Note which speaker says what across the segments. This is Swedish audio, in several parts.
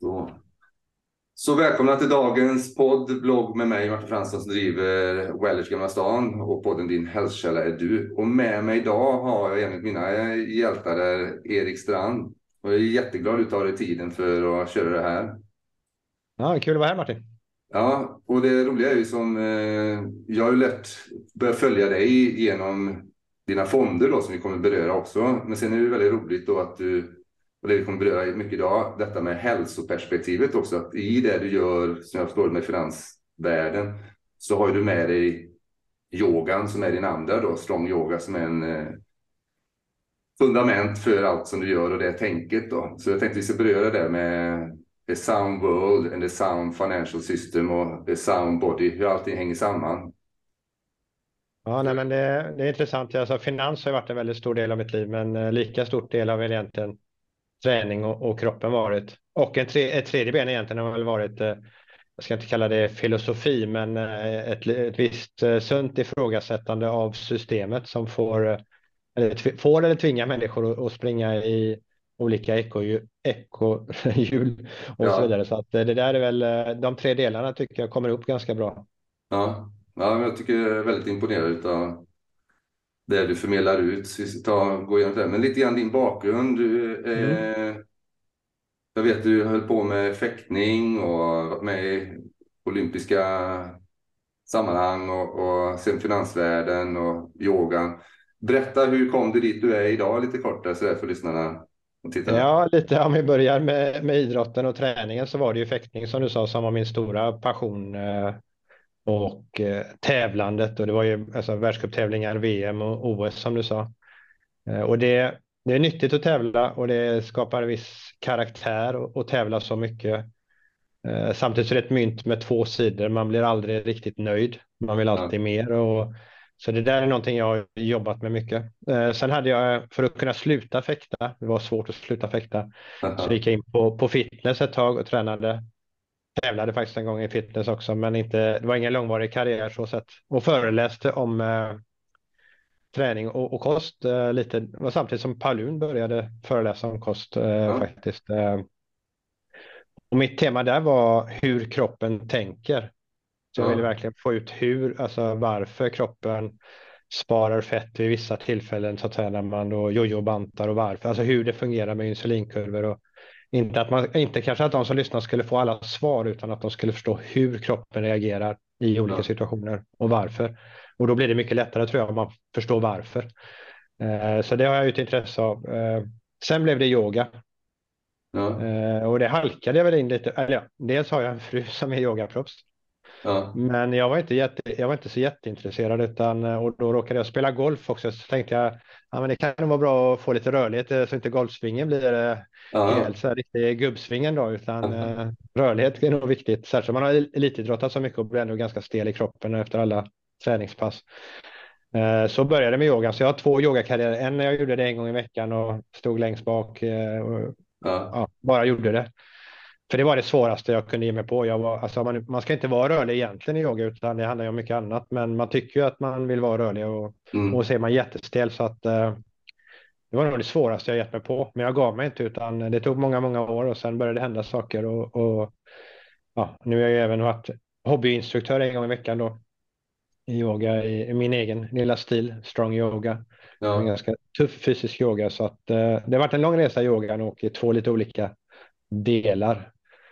Speaker 1: Så välkomna till dagens podd, blogg med mig Martin Fransson som driver Wellers Gamla Stan och podden Din hälsokälla är du. Och med mig idag har jag en av mina hjältar där, Erik Strand. Och jag är jätteglad att du tar dig tiden för att köra det här.
Speaker 2: Ja, kul att vara här, Martin.
Speaker 1: Ja, och det roliga är ju som jag har ju lätt börjat följa dig genom dina fonder då som vi kommer beröra också. Men sen är det väldigt roligt då att du, och det vi kommer beröra mycket idag, detta med hälsoperspektivet också. Att i det du gör, som jag förstår med finansvärlden, så har ju du med dig yogan som är din andra då, strong yoga som är en fundament för allt som du gör och det tänket då. Så jag tänkte vi ska beröra det med the sound world and the sound financial system och the sound body, hur allting hänger samman.
Speaker 2: Ja, nej, men det är intressant. Alltså, finans har ju varit en väldigt stor del av mitt liv, men lika stor del har väl egentligen träning och kroppen varit. Och ett tredje ben egentligen har väl varit, jag ska inte kalla det filosofi, men ett visst sunt ifrågasättande av systemet som får eller tvingar människor att springa i olika ekohjul och så
Speaker 1: Ja,
Speaker 2: vidare. Så att det där är väl de tre delarna tycker jag kommer upp ganska bra.
Speaker 1: ja, ja, men jag tycker jag är väldigt imponerad av det du förmedlar ut. Så vi ska gå igenom det. Men lite grann din bakgrund.
Speaker 2: Mm.
Speaker 1: Jag vet du höll på med fäktning och varit med i olympiska sammanhang och sen finansvärlden och yogan. Berätta, hur kom du dit du är idag lite kortare så där för lyssnarna och tittarna.
Speaker 2: Ja, lite om vi börjar med idrotten och träningen så var det ju fäktning som du sa som var min stora passion och tävlandet och det var ju alltså världscuptävlingar, VM och OS som du sa. Och det är nyttigt att tävla och det skapar viss karaktär att tävla så mycket. Samtidigt så är det ett mynt med två sidor. Man blir aldrig riktigt nöjd. Man vill
Speaker 1: Ja.
Speaker 2: alltid mer. Så det där är någonting jag har jobbat med mycket. Sen hade jag, för att kunna sluta fäkta, det var svårt att sluta fäkta, så gick jag in på fitness ett tag och tränade. Tävlade faktiskt en gång i fitness också, men inte, det var ingen långvarig karriär så sett. Och föreläste om träning och kost lite. Det var samtidigt som Paulun började föreläsa om kost
Speaker 1: Ja.
Speaker 2: faktiskt. Och mitt tema där var hur kroppen tänker. Så jag ville
Speaker 1: Ja.
Speaker 2: verkligen få ut alltså varför kroppen sparar fett vid vissa tillfällen så att säga när man då jojo-bantar och varför, alltså hur det fungerar med insulinkurvor och inte kanske att de som lyssnar skulle få alla svar utan att de skulle förstå hur kroppen reagerar i olika
Speaker 1: Ja.
Speaker 2: situationer och varför. Och då blir det mycket lättare tror jag om man förstår varför. Så det har jag ju ett intresse av. Sen blev det yoga.
Speaker 1: Ja.
Speaker 2: Och det halkade jag väl in lite. Eller ja, dels har jag en fru som är yogaproffs.
Speaker 1: Ja.
Speaker 2: Men jag var inte så jätteintresserad och då råkade jag spela golf också. Så tänkte jag, ja men det kan nog vara bra att få lite rörlighet så inte golfsvingen blir
Speaker 1: Ja.
Speaker 2: helt så här riktig gubbsvingen då, utan rörlighet är nog viktigt. Särskilt om man har elitidrottat så mycket och blir ändå ganska stel i kroppen efter alla träningspass. Så började jag med yoga. Så jag har två yogakarriärer. En när jag gjorde det en gång i veckan och stod längst bak och
Speaker 1: Ja.
Speaker 2: ja, bara gjorde det. För det var det svåraste jag kunde ge mig på. Alltså man ska inte vara rörlig egentligen i yoga utan det handlar ju om mycket annat. Men man tycker ju att man vill vara rörlig och
Speaker 1: Mm.
Speaker 2: så är man jättestel. Så att det var nog det svåraste jag gett mig på. Men jag gav mig inte utan det tog många, många år och sen började det hända saker. Och ja, nu har jag ju även varit hobbyinstruktör en gång i veckan då i yoga i min egen lilla stil, strong yoga. En
Speaker 1: Ja.
Speaker 2: ganska tuff fysisk yoga. Så att det har varit en lång resa i yogan och i två lite olika delar.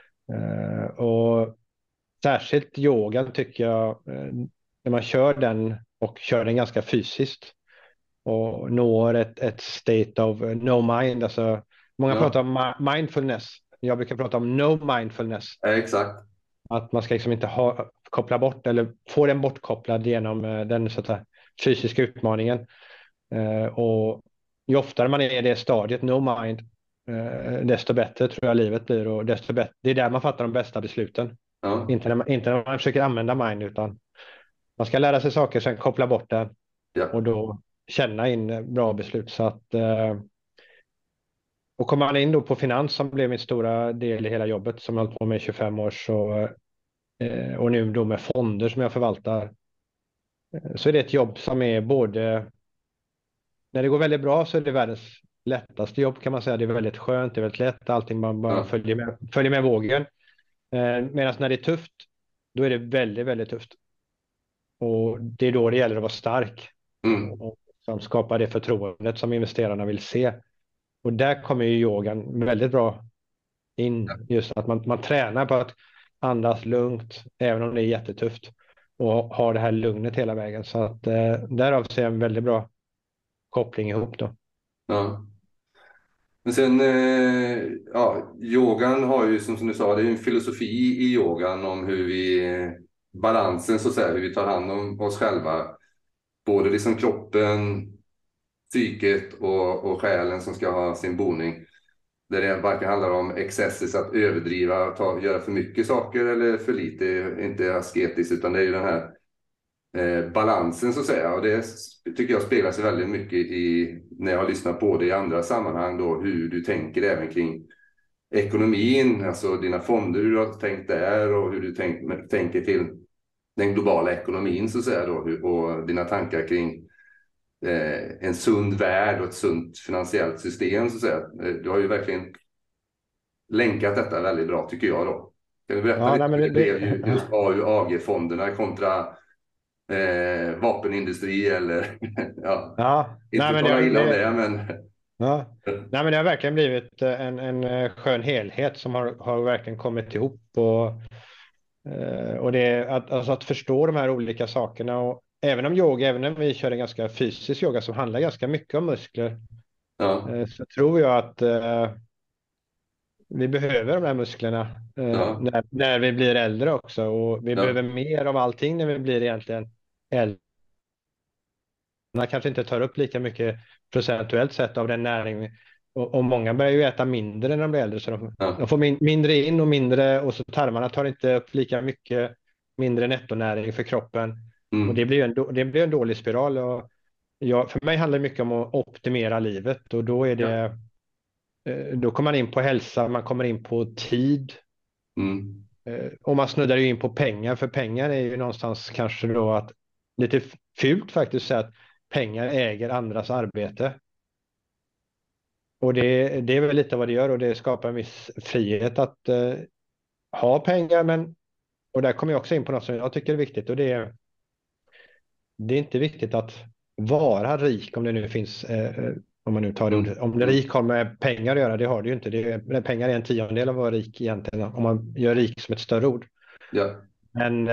Speaker 2: Och särskilt yogan tycker jag, när man kör den och kör den ganska fysiskt och når ett state of no mind. Alltså, många pratar
Speaker 1: Ja.
Speaker 2: om mindfulness. Jag brukar prata om no mindfulness.
Speaker 1: Exakt.
Speaker 2: Att man ska liksom inte koppla bort eller få den bortkopplad genom den så att säga, fysiska utmaningen. Och ju oftare man är i det stadiet, no mind, desto bättre tror jag livet blir och desto bättre. Det är där man fattar de bästa besluten.
Speaker 1: Ja.
Speaker 2: Inte när man försöker använda mind utan man ska lära sig saker sen koppla bort det och
Speaker 1: Ja.
Speaker 2: då känna in bra beslut. Så att, och kommer man in då på finans som blev min stora del i hela jobbet som jag har hållit på med i 25 år och nu då med fonder som jag förvaltar så är det ett jobb som är både när det går väldigt bra så är det världens lättaste jobb kan man säga. Det är väldigt skönt, det är väldigt lätt, allting man bara
Speaker 1: Ja.
Speaker 2: följer med vågen. Medan när det är tufft, då är det väldigt, väldigt tufft. Och det är då det gäller att vara stark
Speaker 1: Mm.
Speaker 2: och som skapar det förtroendet som investerarna vill se. Och där kommer ju yogan väldigt bra in. Just att man tränar på att andas lugnt, även om det är jättetufft. Och har det här lugnet hela vägen. Så att därav ser jag en väldigt bra koppling ihop då.
Speaker 1: Ja. Men sen, ja, yogan har ju som du sa, det är ju en filosofi i yogan om hur vi, balansen så att säga, hur vi tar hand om oss själva. Både liksom kroppen, psyket och själen som ska ha sin boning. Där det varken handlar om excesser, att överdriva, göra för mycket saker eller för lite, inte asketiskt, utan det är ju den här balansen så att säga. Och det tycker jag speglar sig väldigt mycket när jag har lyssnat på det i andra sammanhang då, hur du tänker även kring ekonomin, alltså dina fonder, hur du har tänkt där och hur du tänker till den globala ekonomin så att säga då, och dina tankar kring en sund värld och ett sunt finansiellt system så att säga. Du har ju verkligen länkat detta väldigt bra tycker jag då. Kan du berätta
Speaker 2: Ja,
Speaker 1: lite
Speaker 2: nej,
Speaker 1: hur det
Speaker 2: men
Speaker 1: blev just AU-AG-fonderna kontra vapenindustri eller ja,
Speaker 2: ja,
Speaker 1: inte
Speaker 2: nej,
Speaker 1: för
Speaker 2: men
Speaker 1: att tala illa om
Speaker 2: det,
Speaker 1: det, men
Speaker 2: ja. Nej, men det har verkligen blivit en skön helhet som har verkligen kommit ihop. Och det är att förstå de här olika sakerna. Och även om yoga, även när vi kör en ganska fysisk yoga som handlar ganska mycket om muskler,
Speaker 1: ja,
Speaker 2: så tror jag att vi behöver de här musklerna
Speaker 1: ja,
Speaker 2: när vi blir äldre också. Och vi
Speaker 1: ja,
Speaker 2: behöver mer av allting när vi blir egentligen äldre. Man kanske inte tar upp lika mycket procentuellt sett av den näring. Och många börjar ju äta mindre när de blir äldre. Så de
Speaker 1: ja,
Speaker 2: får mindre in och mindre. Och så tarmarna tar inte upp lika mycket mindre nettonäring för kroppen. Och det
Speaker 1: mm,
Speaker 2: blir ju det blir en dålig spiral. Och för mig handlar det mycket om att optimera livet. Och då är
Speaker 1: ja,
Speaker 2: det, då kommer man in på hälsa, man kommer in på tid.
Speaker 1: mm,
Speaker 2: Och man snuddar ju in på pengar. För pengar är ju någonstans kanske då att lite fult faktiskt säga att pengar äger andras arbete. Och det är väl lite vad det gör och det skapar en viss frihet att ha pengar. Och där kommer jag också in på något som jag tycker är viktigt och det är inte viktigt att vara rik om det nu finns, om man nu tar det
Speaker 1: mm,
Speaker 2: ordet. Om det
Speaker 1: mm,
Speaker 2: rik har med pengar att göra, det har det ju inte. Pengar är en tiondel av att vara rik egentligen, om man gör rik som ett större ord.
Speaker 1: ja,
Speaker 2: Men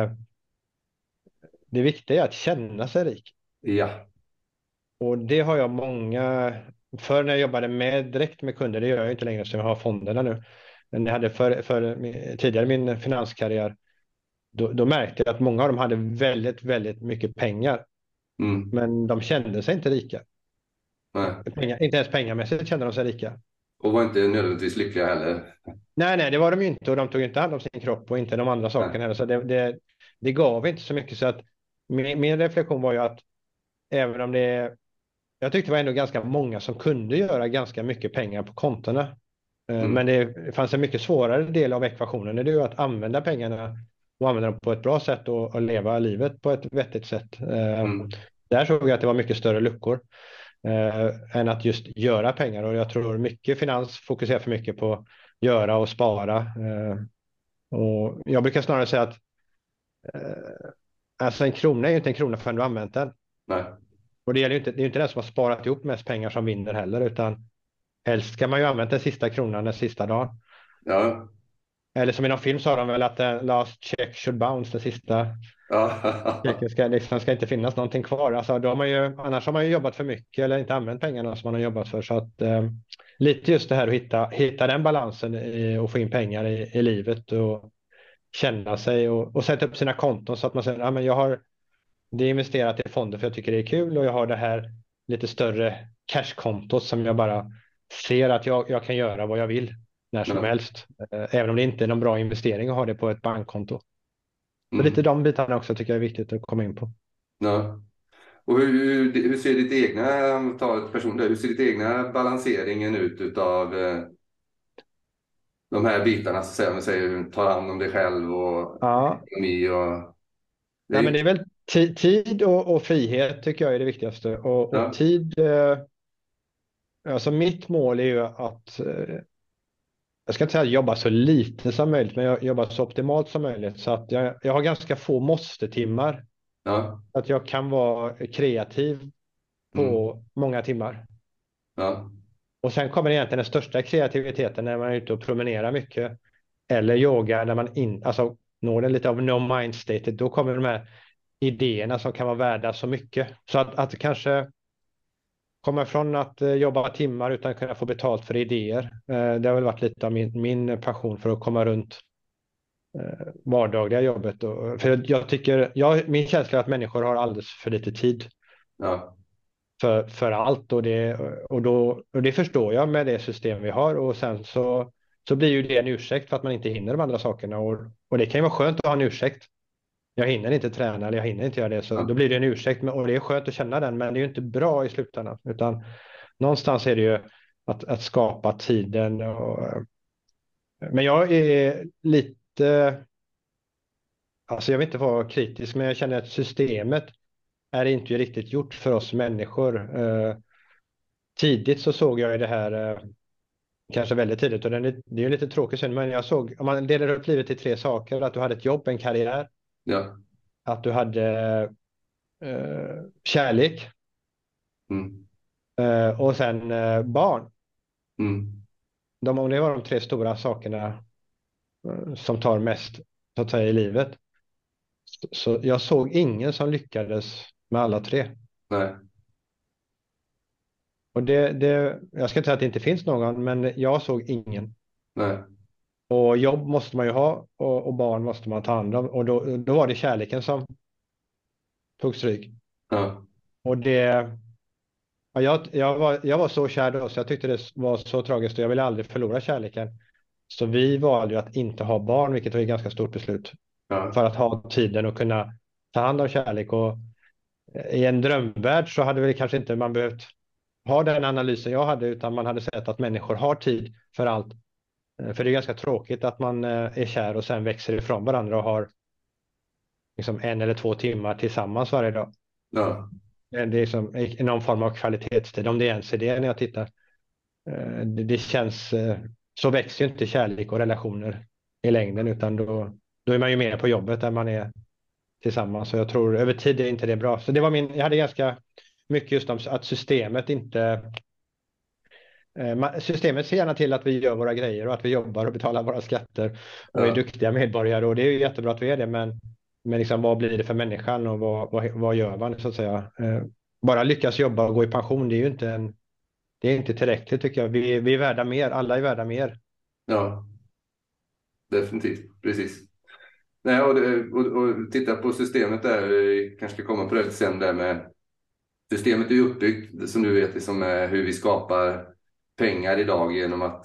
Speaker 2: det viktiga är att känna sig rik.
Speaker 1: ja,
Speaker 2: Och det har jag många, för när jag jobbade direkt med kunder, det gör jag inte längre så jag har fonderna nu. Men jag hade tidigare min finanskarriär, då märkte jag att många av dem hade väldigt, väldigt mycket pengar.
Speaker 1: mm,
Speaker 2: Men de kände sig inte rika.
Speaker 1: nej.
Speaker 2: Inte ens pengamässigt kände de sig rika.
Speaker 1: Och var inte nödvändigtvis lyckliga heller.
Speaker 2: Nej, det var de ju inte och de tog inte hand om sin kropp och inte de andra
Speaker 1: Nej.
Speaker 2: sakerna heller. Så det gav inte så mycket. Så att min reflektion var ju att även om jag tyckte det var ändå ganska många som kunde göra ganska mycket pengar på kontona. Men
Speaker 1: Mm,
Speaker 2: det fanns en mycket svårare del av ekvationen. Det är ju att använda pengarna och använda dem på ett bra sätt och leva livet på ett vettigt sätt.
Speaker 1: mm,
Speaker 2: Där såg jag att det var mycket större luckor än att just göra pengar. Och jag tror mycket finans fokuserar för mycket på göra och spara. Och jag brukar snarare säga att alltså en krona är ju inte en krona förrän du har använt den.
Speaker 1: nej.
Speaker 2: Och det är ju inte den som har sparat ihop mest pengar som vinner heller, utan helst ska man ju använda den sista kronan den sista dagen.
Speaker 1: Ja,
Speaker 2: Eller som i någon film sa de väl att the last check should bounce, den sista
Speaker 1: ja,
Speaker 2: checken ska inte finnas någonting kvar. Alltså, annars har man ju jobbat för mycket eller inte använt pengarna som man har jobbat för. Så att, lite just det här att hitta den balansen och få in pengar i livet och känna sig och sätta upp sina konton så att man säger att jag har det är investerat i fonder för jag tycker det är kul och jag har det här lite större cashkontot som jag bara ser att jag kan göra vad jag vill när som
Speaker 1: ja,
Speaker 2: helst. Även om det inte är någon bra investering att ha det på ett bankkonto. Så lite
Speaker 1: mm,
Speaker 2: de bitarna också tycker jag är viktigt att komma in på.
Speaker 1: ja. Och hur ser ditt egna, om vi tar ett person där, hur ser ditt egna balanseringen ut utav de här bitarna, så att säga, om vi säger ta hand om dig själv och
Speaker 2: Ja,
Speaker 1: ekonomi och det är
Speaker 2: nej, men
Speaker 1: ju,
Speaker 2: det är väl tid och frihet tycker jag är det viktigaste. Och
Speaker 1: ja,
Speaker 2: tid, Alltså mitt mål är ju att, jag ska inte säga jobba så lite som möjligt, men jag jobbar så optimalt som möjligt. Så att jag har ganska få måste-timmar.
Speaker 1: Ja.
Speaker 2: Att jag kan vara kreativ
Speaker 1: Mm.
Speaker 2: på många timmar.
Speaker 1: Ja.
Speaker 2: Och sen kommer egentligen den största kreativiteten när man är ute och promenerar mycket. Eller yoga, när man alltså, når en lite av no mind state. Då kommer de här idéerna som kan vara värda så mycket. Så att kanske komma från att jobba timmar utan att kunna få betalt för idéer. Det har väl varit lite av min passion för att komma runt vardagliga jobbet. För jag tycker, min känsla är att människor har alldeles för lite tid
Speaker 1: Ja.
Speaker 2: för allt. Och det förstår jag med det system vi har. Och sen så blir ju det en ursäkt för att man inte hinner de andra sakerna. Och det kan ju vara skönt att ha en ursäkt. Jag hinner inte träna eller jag hinner inte göra det. Så
Speaker 1: Ja.
Speaker 2: då blir det en ursäkt. Och det är skönt att känna den. Men det är ju inte bra i slutändan. Utan någonstans är det ju att skapa tiden. Men jag är lite, alltså jag vill inte vara kritisk, men jag känner att systemet är inte riktigt gjort för oss människor. Tidigt så såg jag ju det här, kanske väldigt tidigt, och det är ju lite tråkigt sen, men jag såg, om man delar upp livet i tre saker, att du hade ett jobb, en karriär,
Speaker 1: Ja.
Speaker 2: att du hade kärlek
Speaker 1: Mm.
Speaker 2: och sen barn.
Speaker 1: Mm.
Speaker 2: Om det var de tre stora sakerna som tar mest så att säga i livet. Så jag såg ingen som lyckades med alla tre.
Speaker 1: Nej.
Speaker 2: Och jag ska inte säga att det inte finns någon, men jag såg ingen.
Speaker 1: Nej.
Speaker 2: Och jobb måste man ju ha och barn måste man ta hand om. Och då var det kärleken som tog stryk.
Speaker 1: Ja.
Speaker 2: Och ja, jag var så kär då så jag tyckte det var så tragiskt och jag ville aldrig förlora kärleken. Så vi valde ju att inte ha barn, vilket var ett ganska stort beslut.
Speaker 1: Ja.
Speaker 2: För att ha tiden och kunna ta hand om kärlek. Och i en drömvärld så hade väl kanske inte man behövt ha den analysen jag hade, utan man hade sett att människor har tid för allt. För det är ganska tråkigt att man är kär och sen växer ifrån varandra och har liksom 1 eller 2 timmar tillsammans varje dag.
Speaker 1: Ja.
Speaker 2: Det är som någon form av kvalitetstid, om det ens är det när jag tittar. Det känns, så växer ju inte kärlek och relationer i längden, utan då är man ju mer på jobbet där man är tillsammans. Så jag tror över tid är inte det bra. Så det var jag hade ganska mycket just om att systemet inte. Systemet ser gärna till att vi gör våra grejer och att vi jobbar och betalar våra skatter och är
Speaker 1: Ja.
Speaker 2: duktiga medborgare, och det är ju jättebra att vi är det, men liksom, vad blir det för människan och vad gör man så att säga? Bara lyckas jobba och gå i pension, det är ju inte det är inte tillräckligt tycker jag. Vi är värda mer, alla är värda mer.
Speaker 1: Ja. Definitivt. Precis. Nej, och titta på systemet där, kanske ska komma på det lite sen där med systemet är ju uppbyggt som du vet liksom, hur vi skapar pengar idag genom att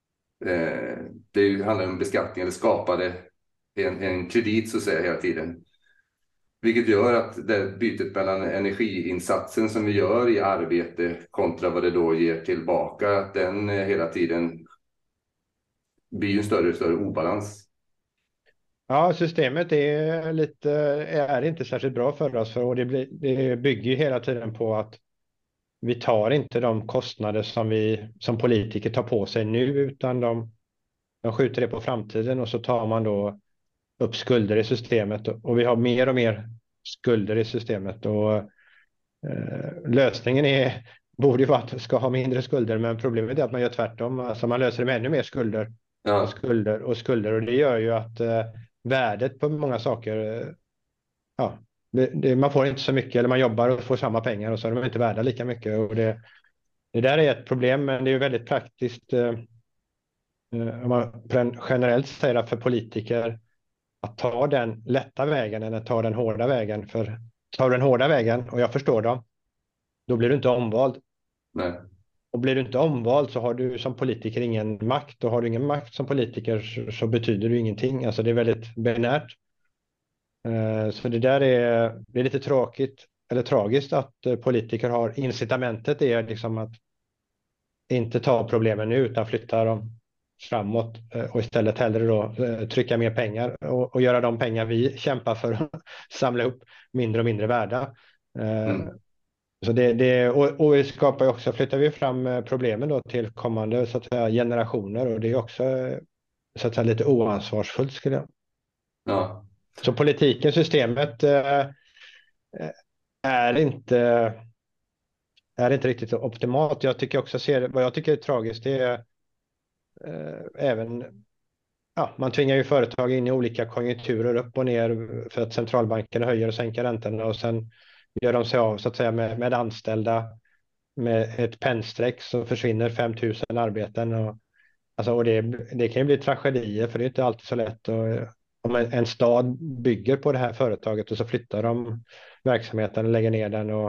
Speaker 1: det handlar om beskattning eller skapade en kredit så att säga hela tiden. Vilket gör att det bytet mellan energiinsatsen som vi gör i arbete kontra vad det då ger tillbaka, att den hela tiden blir en större och större obalans.
Speaker 2: Ja, systemet är inte särskilt bra för oss, och det bygger ju hela tiden på att vi tar inte de kostnader som vi som politiker tar på sig nu, utan de skjuter det på framtiden, och så tar man då upp skulder i systemet, och vi har mer och mer skulder i systemet, och lösningen borde ju vara att vi ska ha mindre skulder, men problemet är att man gör tvärtom, alltså man löser det med ännu mer skulder
Speaker 1: Ja.
Speaker 2: och skulder och skulder, och det gör ju att värdet på många saker, ja, man får inte så mycket, eller man jobbar och får samma pengar och så är de inte värda lika mycket, och det där är ett problem, men det är ju väldigt praktiskt om man generellt säger att för politiker att ta den lätta vägen än att ta den hårda vägen. För tar du den hårda vägen, och jag förstår dem, då blir du inte omvald.
Speaker 1: Nej.
Speaker 2: Och blir du inte omvald så har du som politiker ingen makt. Och har du ingen makt som politiker så betyder du ingenting. Alltså det är väldigt binärt. Så det där det är lite tråkigt eller tragiskt att politiker har incitamentet är liksom att inte ta problemen nu utan flytta dem framåt, och istället hellre då trycka mer pengar och göra de pengar vi kämpar för att samla upp mindre och mindre värda.
Speaker 1: Mm.
Speaker 2: Så och vi skapar ju också, flyttar vi fram problemen då till kommande så att säga, generationer, och det är också så att säga, lite oansvarsfullt skulle jag.
Speaker 1: Ja,
Speaker 2: Så politiken, systemet är inte, är inte riktigt optimalt. Jag tycker också vad jag tycker är tragiskt, det är även, ja, man tvingar ju företag in i olika konjunkturer upp och ner för att centralbanken höjer och sänker räntorna, och sen gör de sig av så att säga med anställda med ett pennstreck, så försvinner 5 000 arbeten. Och det kan ju bli tragedier, för det är inte alltid så lätt. Om en stad bygger på det här företaget och så flyttar de verksamheten och lägger ner den.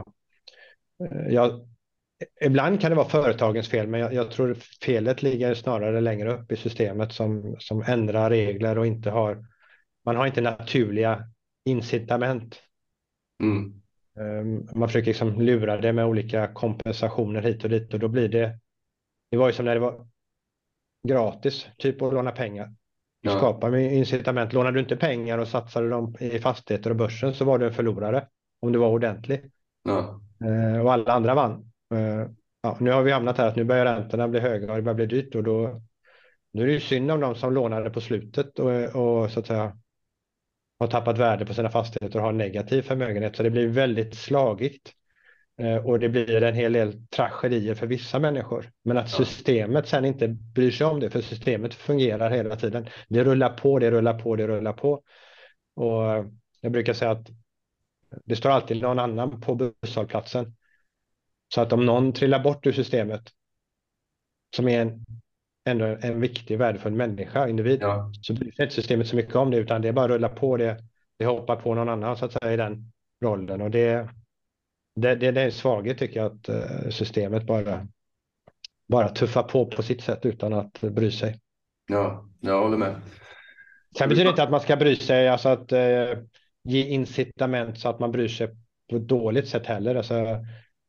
Speaker 2: Ja, ibland kan det vara företagens fel, men jag tror felet ligger snarare längre upp i systemet som ändrar regler och man har inte naturliga incitament.
Speaker 1: mm.
Speaker 2: Man försöker liksom lura det med olika kompensationer hit och dit, och då blir det var ju som när det var gratis, typ att låna pengar. Då
Speaker 1: Ja,
Speaker 2: skapar man incitament. Lånar du inte pengar och satsar dem i fastigheter och börsen, så var du en förlorare om du var ordentlig.
Speaker 1: ja,
Speaker 2: Och alla andra vann. Ja, nu har vi hamnat här att nu börjar räntorna bli höga och det börjar bli dyrt, och då är det ju synd om de som lånade på slutet och så att säga har tappat värde på sina fastigheter och har negativ förmögenhet. Så det blir väldigt slagigt. Och det blir en hel del tragedier för vissa människor. Men att
Speaker 1: ja,
Speaker 2: systemet sen inte bryr sig om det, för systemet fungerar hela tiden. Det rullar på, det rullar på, det rullar på. Och jag brukar säga att det står alltid någon annan på busshållplatsen. Så att om någon trillar bort ur systemet, som är ändå en viktig, värdefull människa, individ,
Speaker 1: ja,
Speaker 2: så bryr sig inte systemet så mycket om det, utan det är bara att rulla på, det hoppar på någon annan så att säga i den rollen. Och det är en svaghet, tycker jag, att systemet bara tuffar på sitt sätt utan att bry sig.
Speaker 1: ja, jag håller med.
Speaker 2: Sen betyder det inte att man ska bry sig, alltså att ge incitament så att man bryr sig på ett dåligt sätt heller. Alltså,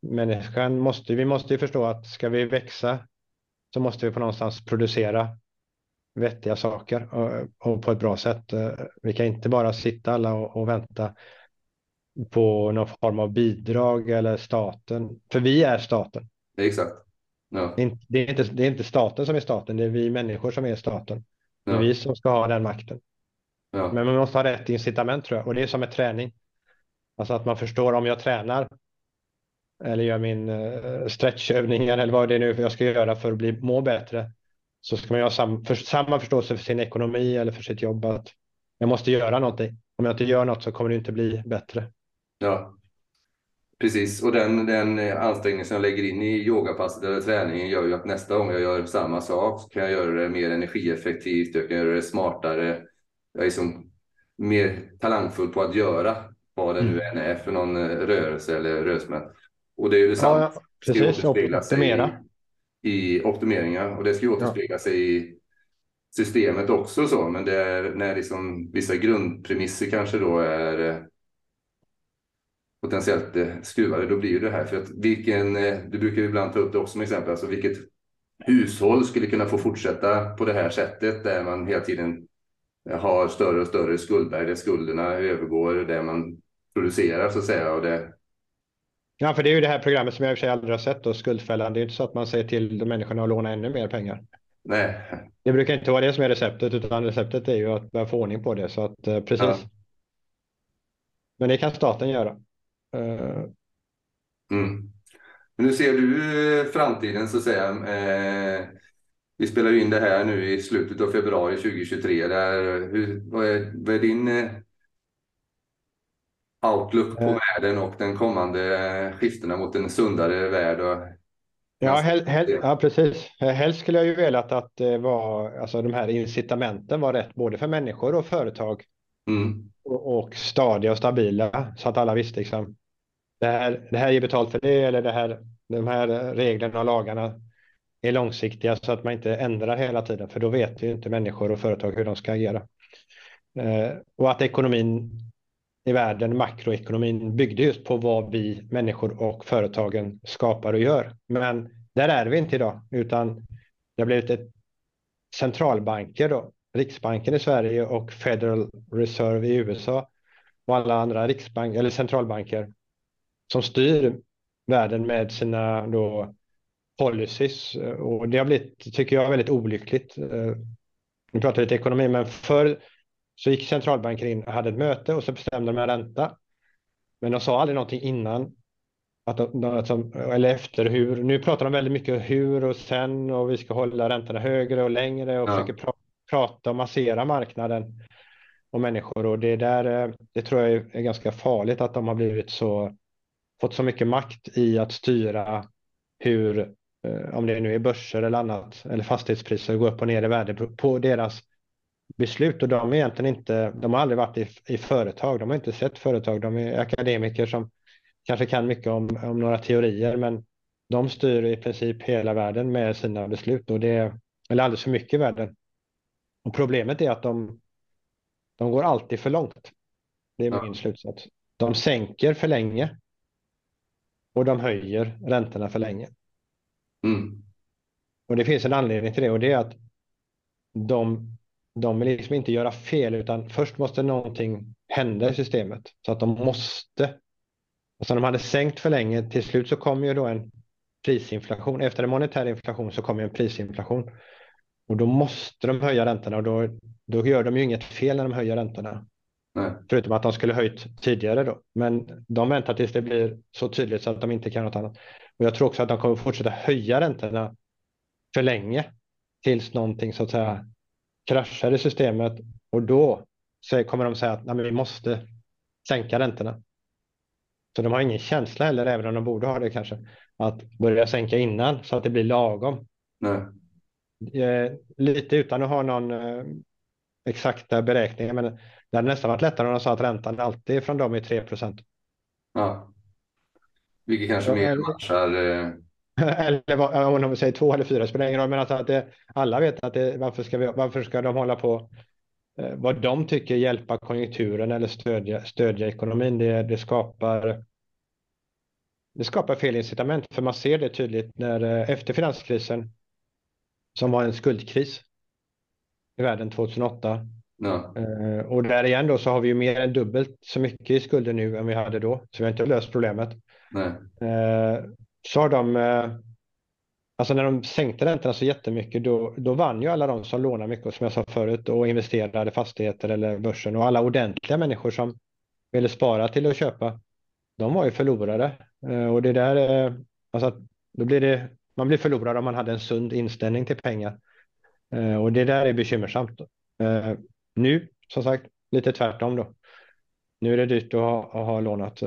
Speaker 2: vi måste ju förstå att ska vi växa, så måste vi på någonstans producera vettiga saker och på ett bra sätt. Vi kan inte bara sitta alla och vänta på någon form av bidrag eller staten, för vi är staten.
Speaker 1: Exakt. Ja,
Speaker 2: Det är inte staten som är staten, det är vi människor som är staten. Det är
Speaker 1: ja,
Speaker 2: vi som ska ha den makten.
Speaker 1: ja,
Speaker 2: Men man måste ha rätt incitament, tror jag. Och det är som med träning. Alltså att man förstår, om jag tränar eller gör min stretchövningar eller vad det är nu jag ska göra för att må bättre, så ska man ju ha samma förståelse för sin ekonomi eller för sitt jobb, att jag måste göra någonting. Om jag inte gör något så kommer det inte bli bättre.
Speaker 1: ja. Precis, och den ansträngning som jag lägger in i yogapasset eller träningen gör ju att nästa gång jag gör samma sak så kan jag göra det mer energieffektivt, jag kan göra det smartare. Jag är som mer talangfull på att göra vad det nu än är för någon rörelse eller rörelse. Och det är ju detsamma.
Speaker 2: Ja,
Speaker 1: Det ska ju
Speaker 2: precis.
Speaker 1: återspegla sig
Speaker 2: Optimera.
Speaker 1: i optimeringar, och det ska ju
Speaker 2: Ja.
Speaker 1: återspegla sig i systemet också så, men det är när liksom vissa grundpremisser kanske då är potentiellt skruvade, då blir ju det här. För att du brukar ju ibland ta upp det också som exempel, alltså vilket hushåll skulle kunna få fortsätta på det här sättet där man hela tiden har större och större skuldberg, där skulderna övergår det man producerar så att säga.
Speaker 2: Ja, för det är ju det här programmet som jag i och för sig aldrig har sett då, Skuldfällan. Det är inte så att man säger till de människorna att låna ännu mer pengar.
Speaker 1: Nej,
Speaker 2: Det brukar inte vara det som är receptet, utan receptet är ju att börja få ordning på det. Så att precis.
Speaker 1: ja.
Speaker 2: Men det kan staten göra. Eh,
Speaker 1: Mm. Men hur ser du framtiden så att säga? Vi spelar ju in det här nu i slutet av februari 2023. Vad är din outlook på
Speaker 2: eh,
Speaker 1: världen och den kommande skiftena mot en sundare värld?
Speaker 2: ja, precis. Helst skulle jag ju velat att alltså de här incitamenten var rätt både för människor och företag,
Speaker 1: Mm,
Speaker 2: och stadiga och stabila, så att alla visste liksom, det här ger betalt för det, eller de här reglerna och lagarna är långsiktiga, så att man inte ändrar hela tiden, för då vet ju inte människor och företag hur de ska agera. Och att ekonomin i världen, makroekonomin, byggde just på vad vi människor och företagen skapar och gör. Men där är vi inte idag, utan det har blivit ett centralbanker då, Riksbanken i Sverige och Federal Reserve i USA och alla andra eller centralbanker som styr världen med sina då policies. Och det har blivit, tycker jag, väldigt olyckligt. Nu pratar vi lite ekonomi, men förr så gick centralbanker in och hade ett möte och så bestämde de en ränta. Men de sa aldrig någonting innan eller efter hur. Nu pratar de väldigt mycket hur och sen, och vi ska hålla räntorna högre och längre och
Speaker 1: Ja,
Speaker 2: försöker prata och massera marknaden och människor. Och det där, det tror jag är ganska farligt, att de har fått så mycket makt i att styra hur, om det nu är börser eller annat, eller fastighetspriser går upp och ner i värde på deras beslut. Och de är egentligen inte, de har aldrig varit i företag, de har inte sett företag, de är akademiker som kanske kan mycket om några teorier, men de styr i princip hela världen med sina beslut, och eller alldeles för mycket i världen. Och problemet är att de går alltid för långt. Det är
Speaker 1: ja.
Speaker 2: min slutsats. De sänker för länge och de höjer räntorna för länge.
Speaker 1: Mm.
Speaker 2: Och det finns en anledning till det, och det är att de vill liksom inte göra fel, utan först måste någonting hända i systemet så att de måste. Och så de hade sänkt för länge, till slut så kommer ju då en prisinflation. Efter en monetär inflation så kommer en prisinflation. Och då måste de höja räntorna, och då gör de ju inget fel när de höjer räntorna.
Speaker 1: Nej.
Speaker 2: Förutom att de skulle höjt tidigare då. Men de väntar tills det blir så tydligt så att de inte kan något annat. Och jag tror också att de kommer fortsätta höja räntorna för länge tills någonting så att säga kraschar i systemet. Och då kommer de säga att nej, men vi måste sänka räntorna. Så de har ingen känsla heller, även om de borde ha det kanske, att börja sänka innan så att det blir lagom.
Speaker 1: Nej.
Speaker 2: Lite utan att ha någon exakta beräkningar, men det hade nästan varit lättare om de sa att räntan alltid från dem är 3%.
Speaker 1: Ja. Vilket kanske mer matchar.
Speaker 2: Eller om de säger 2 eller 4 spelar ingen roll, men alltså att alla vet att varför ska de hålla på vad de tycker hjälpa konjunkturen eller stödja ekonomin. Det skapar fel incitament, för man ser det tydligt när efter finanskrisen, som var en skuldkris i världen 2008.
Speaker 1: Ja.
Speaker 2: Och där igen då så har vi ju mer än dubbelt så mycket i skulder nu än vi hade då. Så vi har inte löst problemet.
Speaker 1: Nej.
Speaker 2: Så har alltså när de sänkte räntorna så jättemycket, då vann ju alla de som lånar mycket, som jag sa förut, och investerade i fastigheter eller börsen. Och alla ordentliga människor som ville spara till att köpa, de var ju förlorare. Och det där, alltså då man blir förlorare om man hade en sund inställning till pengar. Och det där är bekymmersamt. Nu, som sagt, lite tvärtom då. Nu är det dyrt att ha lånat.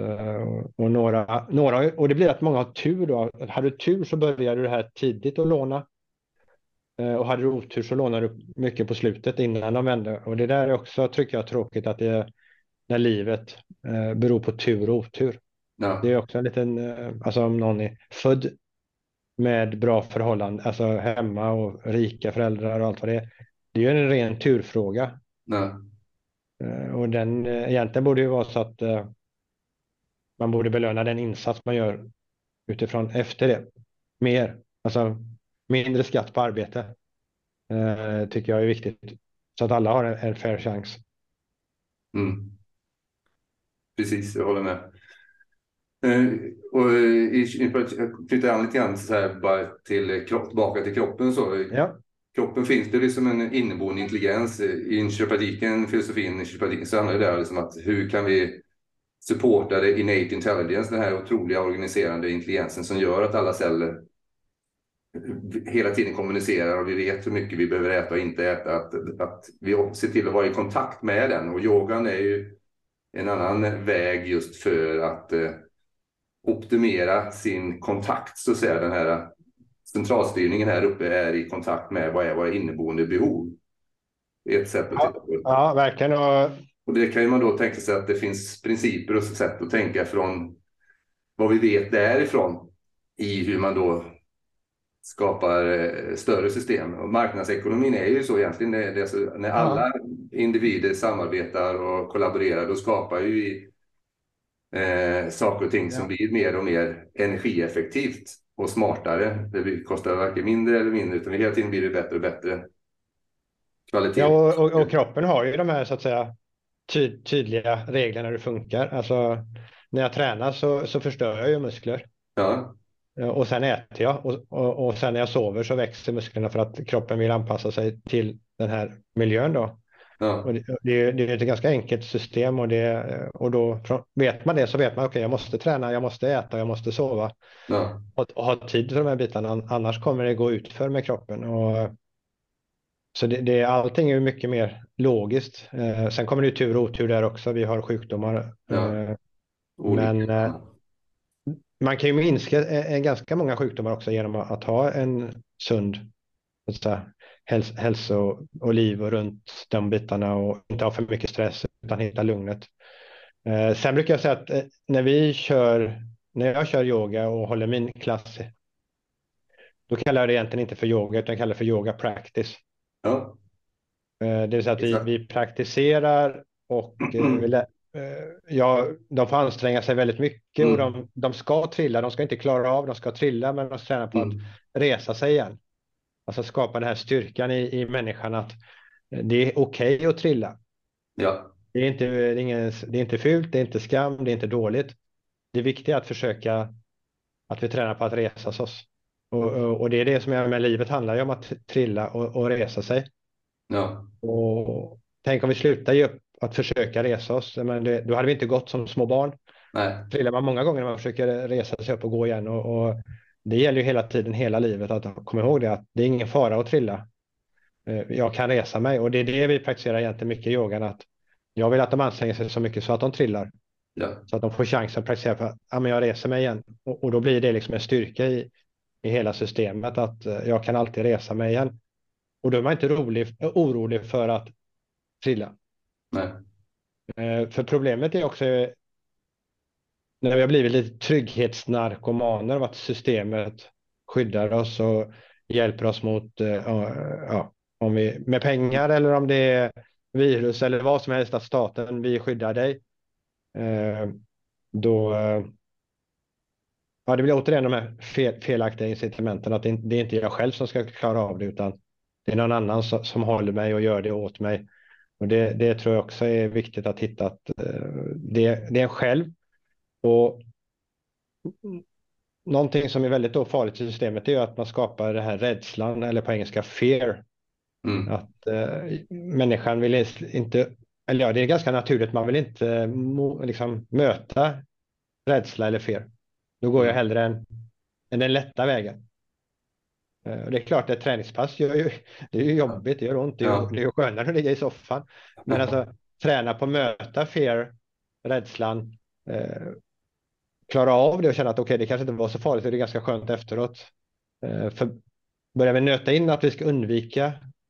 Speaker 2: Och det blir att många har tur då. Hade du tur så började du det här tidigt att låna. Och hade du otur så lånar du mycket på slutet innan de vände. Och det där är också, tycker jag, tråkigt, att när livet beror på tur och otur.
Speaker 1: Ja.
Speaker 2: Det är också en liten, alltså om någon är född med bra förhållanden, alltså hemma och rika föräldrar och allt vad det är. Det är ju en ren turfråga.
Speaker 1: Ja.
Speaker 2: Och egentligen borde ju vara så att man borde belöna den insats man gör utifrån efter det. Mer, alltså mindre skatt på arbete tycker jag är viktigt. Så att alla har en fair chans.
Speaker 1: Mm. Precis, jag håller med. Och knyter an lite grann så här, bara tillbaka till kroppen så.
Speaker 2: Ja.
Speaker 1: Kroppen finns det liksom en inneboende intelligens. I inköpadiken, filosofin i inköpadiken, så handlar det där liksom att hur kan vi supporta det innate intelligence, den här otroliga organiserande intelligensen som gör att alla celler hela tiden kommunicerar och vi vet hur mycket vi behöver äta och inte äta. Att vi ser till att vara i kontakt med den. Och yogan är ju en annan väg just för att optimera sin kontakt, så att säga. Den här centralstyrningen här uppe är i kontakt med vad är våra inneboende behov. Det är ett sätt att titta på det.
Speaker 2: Ja, verkligen.
Speaker 1: Och det kan ju man då tänka sig att det finns principer och sätt att tänka från vad vi vet därifrån i hur man då skapar större system. Och marknadsekonomin är ju så egentligen, när alla individer samarbetar och kollaborerar, då skapar ju saker och ting som blir mer och mer energieffektivt och smartare. Det kostar varken mindre eller mindre, utan hela tiden blir det bättre och bättre kvalitet.
Speaker 2: Ja, och kroppen har ju de här så att säga tydliga reglerna hur det funkar. Alltså när jag tränar så förstör jag ju muskler.
Speaker 1: Ja,
Speaker 2: Och sen äter jag och sen när jag sover så växer musklerna för att kroppen vill anpassa sig till den här miljön då. Och
Speaker 1: ja,
Speaker 2: det är ett ganska enkelt system och då vet man det så vet man okej, jag måste träna, jag måste äta, jag måste sova
Speaker 1: ja,
Speaker 2: och ha tid för de här bitarna, annars kommer det gå utför med kroppen. Så allting är ju mycket mer logiskt. Sen kommer det ju tur och otur där också, vi har sjukdomar.
Speaker 1: ja. Olika.
Speaker 2: Men man kan ju minska ganska många sjukdomar också genom att ha en sund så att säga, hälso och liv och runt de bitarna och inte ha för mycket stress utan hitta lugnet. Sen brukar jag säga att när jag kör yoga och håller min klass, då kallar jag det egentligen inte för yoga utan jag kallar det för yoga practice.
Speaker 1: Ja,
Speaker 2: Det vill säga att
Speaker 1: exakt.
Speaker 2: vi praktiserar och ja, de får anstränga sig väldigt mycket och
Speaker 1: Mm,
Speaker 2: de ska trilla, de ska inte klara av, de ska trilla men de ska träna på att
Speaker 1: mm,
Speaker 2: resa sig igen. Alltså skapa den här styrkan i människan att det är okej att trilla.
Speaker 1: ja,
Speaker 2: Det är inte fult, det är inte skam, det är inte dåligt. Det viktiga är att försöka att vi tränar på att resa oss. Och det är det som är med livet handlar ju om att trilla och resa sig.
Speaker 1: ja,
Speaker 2: Och tänk om vi slutar ge upp att försöka resa oss. Men då hade vi inte gått som små barn.
Speaker 1: nej,
Speaker 2: Trillar man många gånger när man försöker resa sig upp och gå igen. Och det gäller ju hela tiden, hela livet att komma ihåg det. Att det är ingen fara att trilla. Jag kan resa mig. Och det är det vi praktiserar egentligen mycket i yogan. Att jag vill att de anstränger sig så mycket så att de trillar.
Speaker 1: ja,
Speaker 2: Så att de får chansen att praktisera för att men jag reser mig igen. Och då blir det liksom en styrka i hela systemet. Att jag kan alltid resa mig igen. Och då är man inte orolig för att trilla.
Speaker 1: nej,
Speaker 2: För problemet är också när vi har blivit lite trygghetsnarkomaner av att systemet skyddar oss och hjälper oss mot ja, om vi, med pengar eller om det är virus eller vad som helst att staten vi skyddar dig. Eh, Då ja, det blir återigen de här felaktiga incitamenten att det är inte jag själv som ska klara av det utan det är någon annan som håller mig och gör det åt mig. Och det tror jag också är viktigt att hitta att det är en själv. Och någonting som är väldigt då farligt i systemet är ju att man skapar det här rädslan eller på engelska fear.
Speaker 1: mm,
Speaker 2: Att människan vill inte, eller ja det är ganska naturligt, man vill inte liksom möta rädsla eller fear. Då går jag
Speaker 1: mm,
Speaker 2: hellre än den lätta vägen. Och det är klart ett träningspass det är ju jobbigt, det gör ont, det är
Speaker 1: ja,
Speaker 2: ju skönare att ligga i soffan. Men alltså träna på att möta fear, rädslan, klara av det och känna att okej, det kanske inte var så farligt, det är ganska skönt efteråt. För börjar vi nöta in att vi ska undvika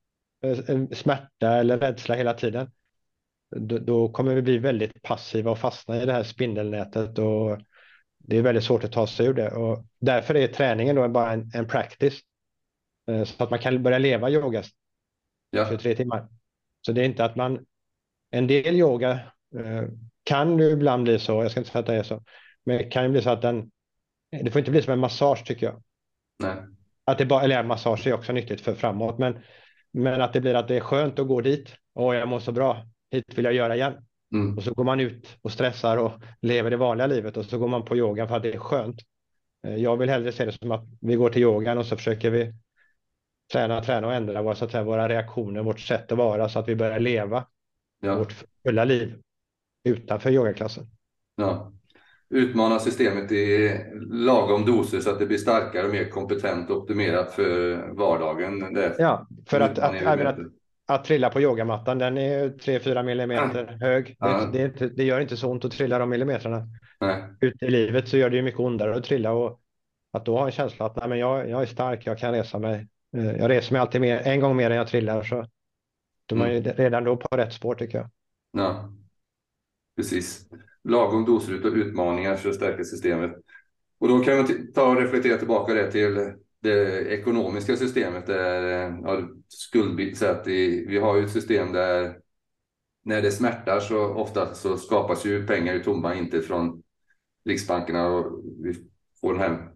Speaker 2: smärta eller rädsla hela tiden, då kommer vi bli väldigt passiva och fastna i det här spindelnätet och det är väldigt svårt att ta sig ur det. Och därför är träningen då bara en practice. Så att man kan börja leva yoga
Speaker 1: ja,
Speaker 2: 23 timmar. Så det är inte att en del yoga kan ju ibland bli så, jag ska inte säga att det är så, men det kan ju bli så att det får inte bli som en massage tycker jag.
Speaker 1: nej,
Speaker 2: Att det bara, eller massage är också nyttigt för framåt, men att det blir att det är skönt att gå dit. Åh, jag mår så bra, hit vill jag göra igen. Och
Speaker 1: mm,
Speaker 2: så går man ut och stressar och lever det vanliga livet och så går man på yogan för att det är skönt. Jag vill hellre se det som att vi går till yogan och så försöker vi träna och ändra våra, så att säga, våra reaktioner, vårt sätt att vara så att vi börjar leva
Speaker 1: ja,
Speaker 2: vårt fulla liv utanför yogaklassen.
Speaker 1: ja. Utmana systemet i lagom doser så att det blir starkare och mer kompetent och optimerat för vardagen. Det är
Speaker 2: Ja, för
Speaker 1: en
Speaker 2: att,
Speaker 1: utmaning vi
Speaker 2: även
Speaker 1: möter.
Speaker 2: att trilla på yogamattan, den är 3-4 millimeter hög.
Speaker 1: Ja,
Speaker 2: Det gör inte så ont att trilla de millimetrarna.
Speaker 1: nej,
Speaker 2: Ute i livet så gör det ju mycket ondare att trilla och att då ha en känsla att nej, men jag är stark, jag kan resa mig. Jag reser mig alltid en gång mer än jag trillar så de är ju
Speaker 1: mm,
Speaker 2: redan då på rätt spår tycker jag.
Speaker 1: ja, precis. Lagom doser utav utmaningar för att stärka systemet. Och då kan man ta och reflektera tillbaka det till det ekonomiska systemet där ja, skuldbild, så att vi har ju ett system där när det smärtar så ofta så skapas ju pengar i tomma, inte från riksbankerna och vi får den här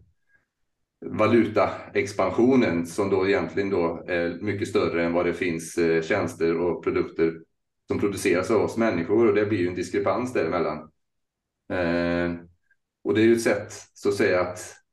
Speaker 1: valutaexpansionen som då egentligen då är mycket större än vad det finns tjänster och produkter som produceras av oss människor och det blir ju en diskrepans däremellan. Och det är ju ett sätt så att säga att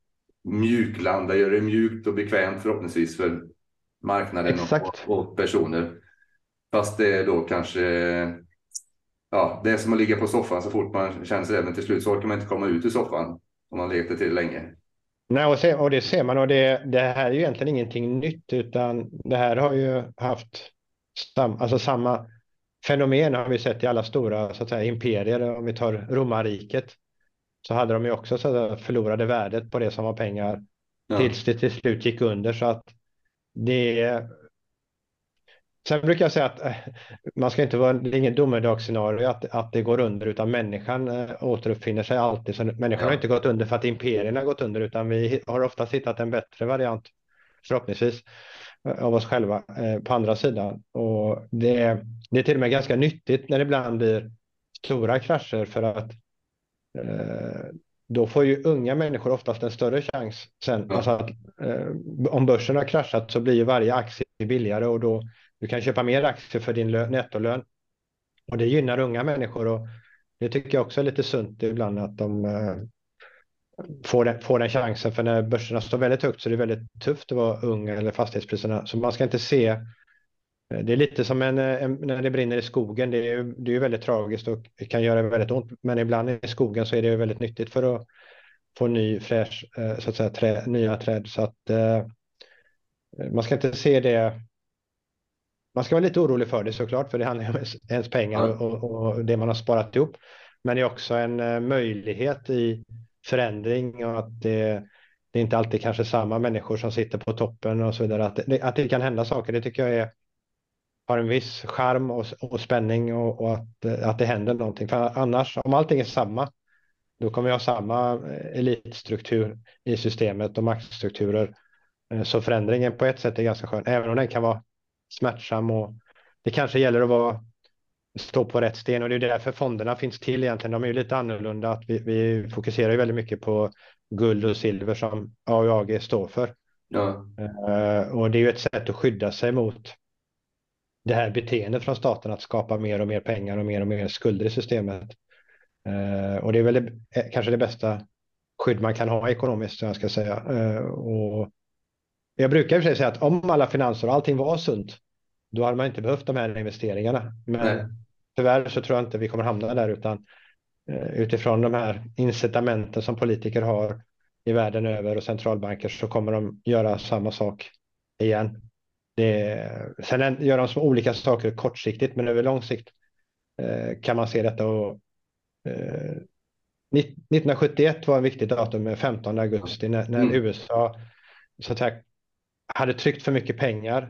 Speaker 1: mjuklanda, göra det mjukt och bekvämt förhoppningsvis för marknaden
Speaker 2: Exakt.
Speaker 1: och personer. Fast det är då kanske, ja, det är som att ligga på soffan så fort man känner sig det, men till slut så orkar man inte komma ut ur soffan om man leker till länge.
Speaker 2: Nej, och det ser man, och det här är ju egentligen ingenting nytt, utan det här har ju haft alltså samma fenomen har vi sett i alla stora, så att säga, imperier. Om vi tar romarriket, så hade de ju också så att förlorade värdet på det som var pengar
Speaker 1: Ja,
Speaker 2: tills det till slut gick under. Så att det Sen brukar jag säga att man ska inte vara, det är ingen domedagsscenario att det går under, utan människan återuppfinner sig alltid. Så människan har
Speaker 1: ja,
Speaker 2: inte gått under för att imperierna har gått under, utan vi har ofta hittat en bättre variant, förhoppningsvis, av oss själva på andra sidan. Och det är till och med ganska nyttigt när det ibland blir stora krascher, för att då får ju unga människor oftast en större chans sen. Alltså
Speaker 1: ja,
Speaker 2: att, om börsen har kraschat så blir ju varje aktie billigare, och då du kan köpa mer aktier för din nettolön. Och det gynnar unga människor, och det tycker jag också är lite sunt ibland, att de får den chansen. För när börserna står väldigt högt så är det väldigt tufft att vara ung, eller fastighetspriserna. Så man ska inte se, det är lite som när det brinner i skogen. Det är ju väldigt tragiskt och kan göra väldigt ont. Men ibland i skogen så är det ju väldigt nyttigt för att få ny fräsch, så att säga, nya träd. Så att man ska inte se det. Man ska vara lite orolig för det, såklart, för det handlar om ens pengar
Speaker 1: ja,
Speaker 2: och det man har sparat ihop. Men det är också en möjlighet i förändring, och att det är inte alltid kanske samma människor som sitter på toppen och så vidare. Att det kan hända saker, det tycker jag har en viss charm och spänning, och att det händer någonting. För annars, om allting är samma, då kommer jag ha samma elitstruktur i systemet och maktstrukturer. Så förändringen på ett sätt är ganska skön, även om den kan vara smärtsam, och det kanske gäller att stå på rätt sten, och det är därför fonderna finns till egentligen. De är ju lite annorlunda, att vi fokuserar ju väldigt mycket på guld och silver som AUAG står för.
Speaker 1: ja,
Speaker 2: Och det är ju ett sätt att skydda sig mot det här beteendet från staten att skapa mer och mer pengar och mer skulder i systemet. Och det är väl kanske det bästa skydd man kan ha ekonomiskt, som jag ska säga. Och jag brukar i och för sig säga att om alla finanser och allting var sunt, då hade man inte behövt de här investeringarna.
Speaker 1: nej,
Speaker 2: Men tyvärr så tror jag inte vi kommer hamna där, utan utifrån de här incitamenten som politiker har i världen över och centralbanker, så kommer de göra samma sak igen. Sen gör de olika saker kortsiktigt, men över lång sikt kan man se detta. Och 1971 var en viktig datum, med 15 augusti, när
Speaker 1: mm,
Speaker 2: USA, så att säga, hade tryckt för mycket pengar.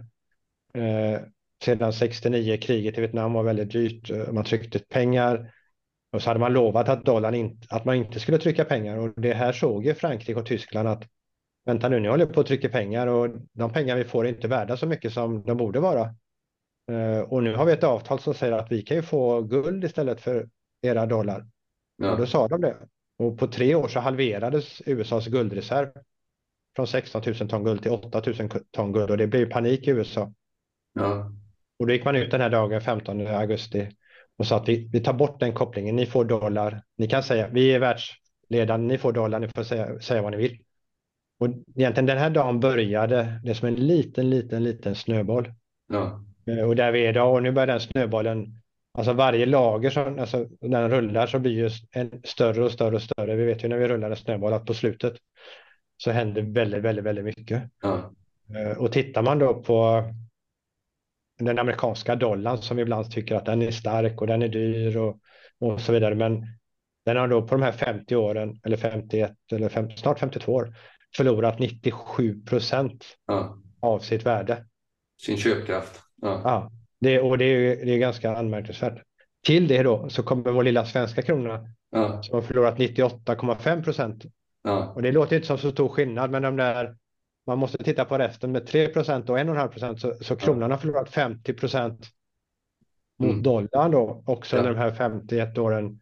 Speaker 2: Sedan 69, kriget i Vietnam var väldigt dyrt. Man tryckte pengar, och så hade man lovat att man inte skulle trycka pengar. Och det här såg ju Frankrike och Tyskland, att vänta nu, ni håller på att trycka pengar, och de pengar vi får är inte värda så mycket som de borde vara. Och nu har vi ett avtal som säger att vi kan ju få guld istället för era dollar. Och då
Speaker 1: ja,
Speaker 2: sa de det. Och på 3 år så halverades USAs guldreserv från 16 000 ton guld till 8 000 ton guld, och det blev panik i USA.
Speaker 1: ja,
Speaker 2: Och då gick man ut den här dagen, 15 augusti, och sa att vi tar bort den kopplingen. Ni får dollar. Ni kan säga vi är världsledande. Ni får dollar. Ni får säga vad ni vill. Och egentligen den här dagen började det som en liten snöboll.
Speaker 1: ja,
Speaker 2: Och där vi är idag. Och nu börjar den snöbollen, alltså varje lager som alltså, den rullar, så blir ju en större och större och större. Vi vet ju när vi rullar en snöboll att på slutet så händer väldigt mycket.
Speaker 1: ja,
Speaker 2: Och tittar man då på den amerikanska dollarn, som vi ibland tycker att den är stark och den är dyr och så vidare. Men den har då på de här 50 åren, eller 51 eller snart 52 år, förlorat 97%
Speaker 1: ja,
Speaker 2: av sitt värde.
Speaker 1: sin köpkraft, ja,
Speaker 2: Ja, det är ganska anmärkningsvärt. Till det då så kommer vår lilla svenska krona,
Speaker 1: ja,
Speaker 2: som har förlorat 98,5%.
Speaker 1: ja,
Speaker 2: Och det låter inte som så stor skillnad, men man måste titta på resten med 3% och 1,5%, så
Speaker 1: ja,
Speaker 2: kronan har förlorat 50% mot
Speaker 1: mm,
Speaker 2: dollarn då, också under
Speaker 1: ja,
Speaker 2: de här 51 åren,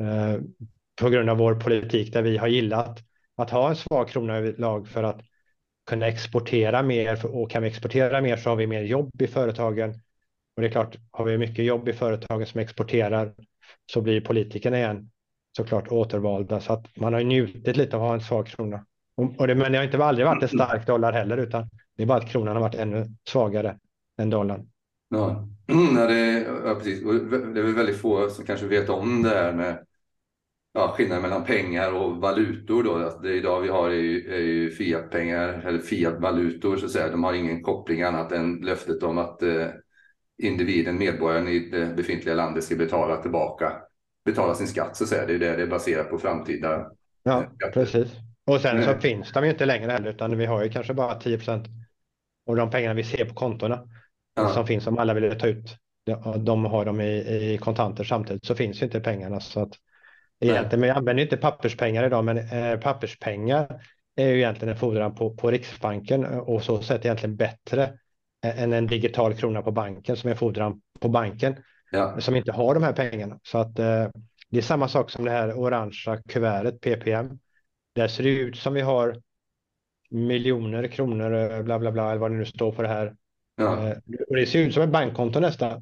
Speaker 2: på grund av vår politik, där vi har gillat att ha en svag krona överlag för att kunna exportera mer, och kan vi exportera mer så har vi mer jobb i företagen, och det är klart, har vi mycket jobb i företagen som exporterar, så blir politikerna igen såklart återvalda, så att man har njutit lite av att ha en svag krona. Men det har inte aldrig varit en stark dollar heller, utan det är bara att kronan har varit ännu svagare än dollarn.
Speaker 1: Ja, ja, precis. Och det är väl väldigt få som kanske vet om det här med skillnaden mellan pengar och valutor då. Att det idag vi har är ju fiat-pengar eller fiat-valutor så att säga. De har ingen koppling annat än löftet om att individen, medborgaren i det befintliga landet ska betala sin skatt så att säga. Det är det är baserat på framtida
Speaker 2: Ja,
Speaker 1: skatter.
Speaker 2: precis. Och sen så finns de ju inte längre heller, utan vi har ju kanske bara 10% av de pengarna vi ser på kontona som finns, om alla vill ta ut. De har dem i kontanter samtidigt, så finns ju inte pengarna. Så att egentligen, vi använder inte papperspengar idag, men papperspengar är ju egentligen en fordran på Riksbanken, och så sett egentligen bättre än en digital krona på banken som är fordran på banken, som inte har de här pengarna. Så att det är samma sak som det här orangea kuvertet PPM. Där ser det ut som vi har miljoner kronor, bla bla bla, eller vad det nu står på det här. Och det ser ut som ett bankkonto nästan.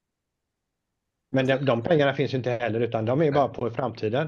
Speaker 2: Men de pengarna finns ju inte heller, utan de är bara på i framtiden.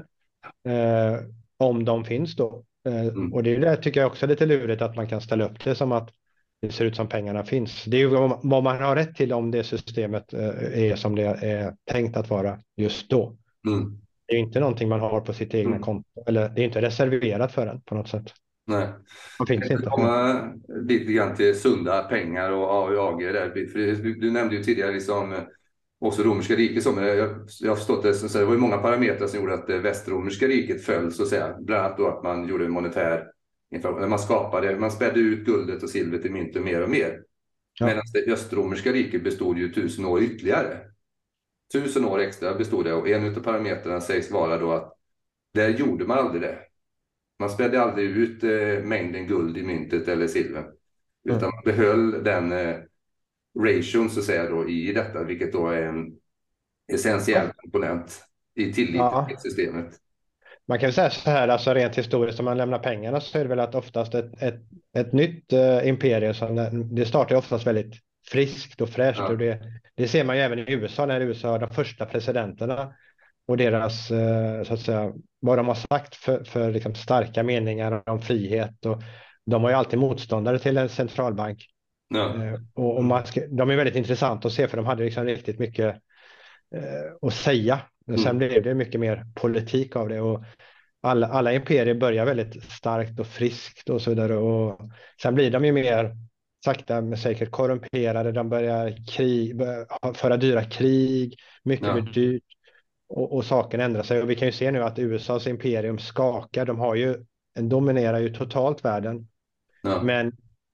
Speaker 2: Om de finns då. Och det är det, tycker jag också är lite lurigt, att man kan ställa upp det som att det ser ut som pengarna finns. Det är ju vad man har rätt till om det systemet är som det är tänkt att vara just då. Det är inte någonting man har på sitt egna konto. Eller det är inte reserverat för en på något sätt.
Speaker 1: Nej.
Speaker 2: Det finns inte.
Speaker 1: Komma lite grann till sunda pengar och AUAG där. För du nämnde ju tidigare liksom också romerska riket. Jag har förstått det, så det var ju många parametrar som gjorde att det västromerska riket föll så att säga. Bland annat då att man gjorde monetär inflation. Man spädde ut guldet och silvret i mynten mer och mer. Ja. Medan det östromerska riket bestod ju 1000 år ytterligare. 1000 år extra bestod det, och en av parametrarna sägs vara då att där gjorde man aldrig det. Man spädde aldrig ut mängden guld i myntet eller silver. Utan man behöll den ration så att säga då i detta, vilket då är en essentiell komponent i tillit till systemet.
Speaker 2: Man kan säga så här, alltså rent historiskt, om man lämnar pengarna, så är det väl att oftast ett nytt imperium, det startar oftast väldigt friskt och fräscht. Och det ser man ju även i USA, när USA har de första presidenterna och deras, så att säga, vad de har sagt för liksom starka meningar om frihet. Och de har ju alltid motståndare till en centralbank. Och de är väldigt intressanta att se, för de hade liksom riktigt mycket att säga. Sen blev det mycket mer politik av det, och alla imperier börjar väldigt starkt och friskt och så vidare, och sen blir de ju mer sakta men säkert korrumperade. De börjar föra dyra krig, mycket blir dyrt, och saken ändrar sig. Och vi kan ju se nu att USAs imperium skakar. Den dominerar ju totalt världen. Men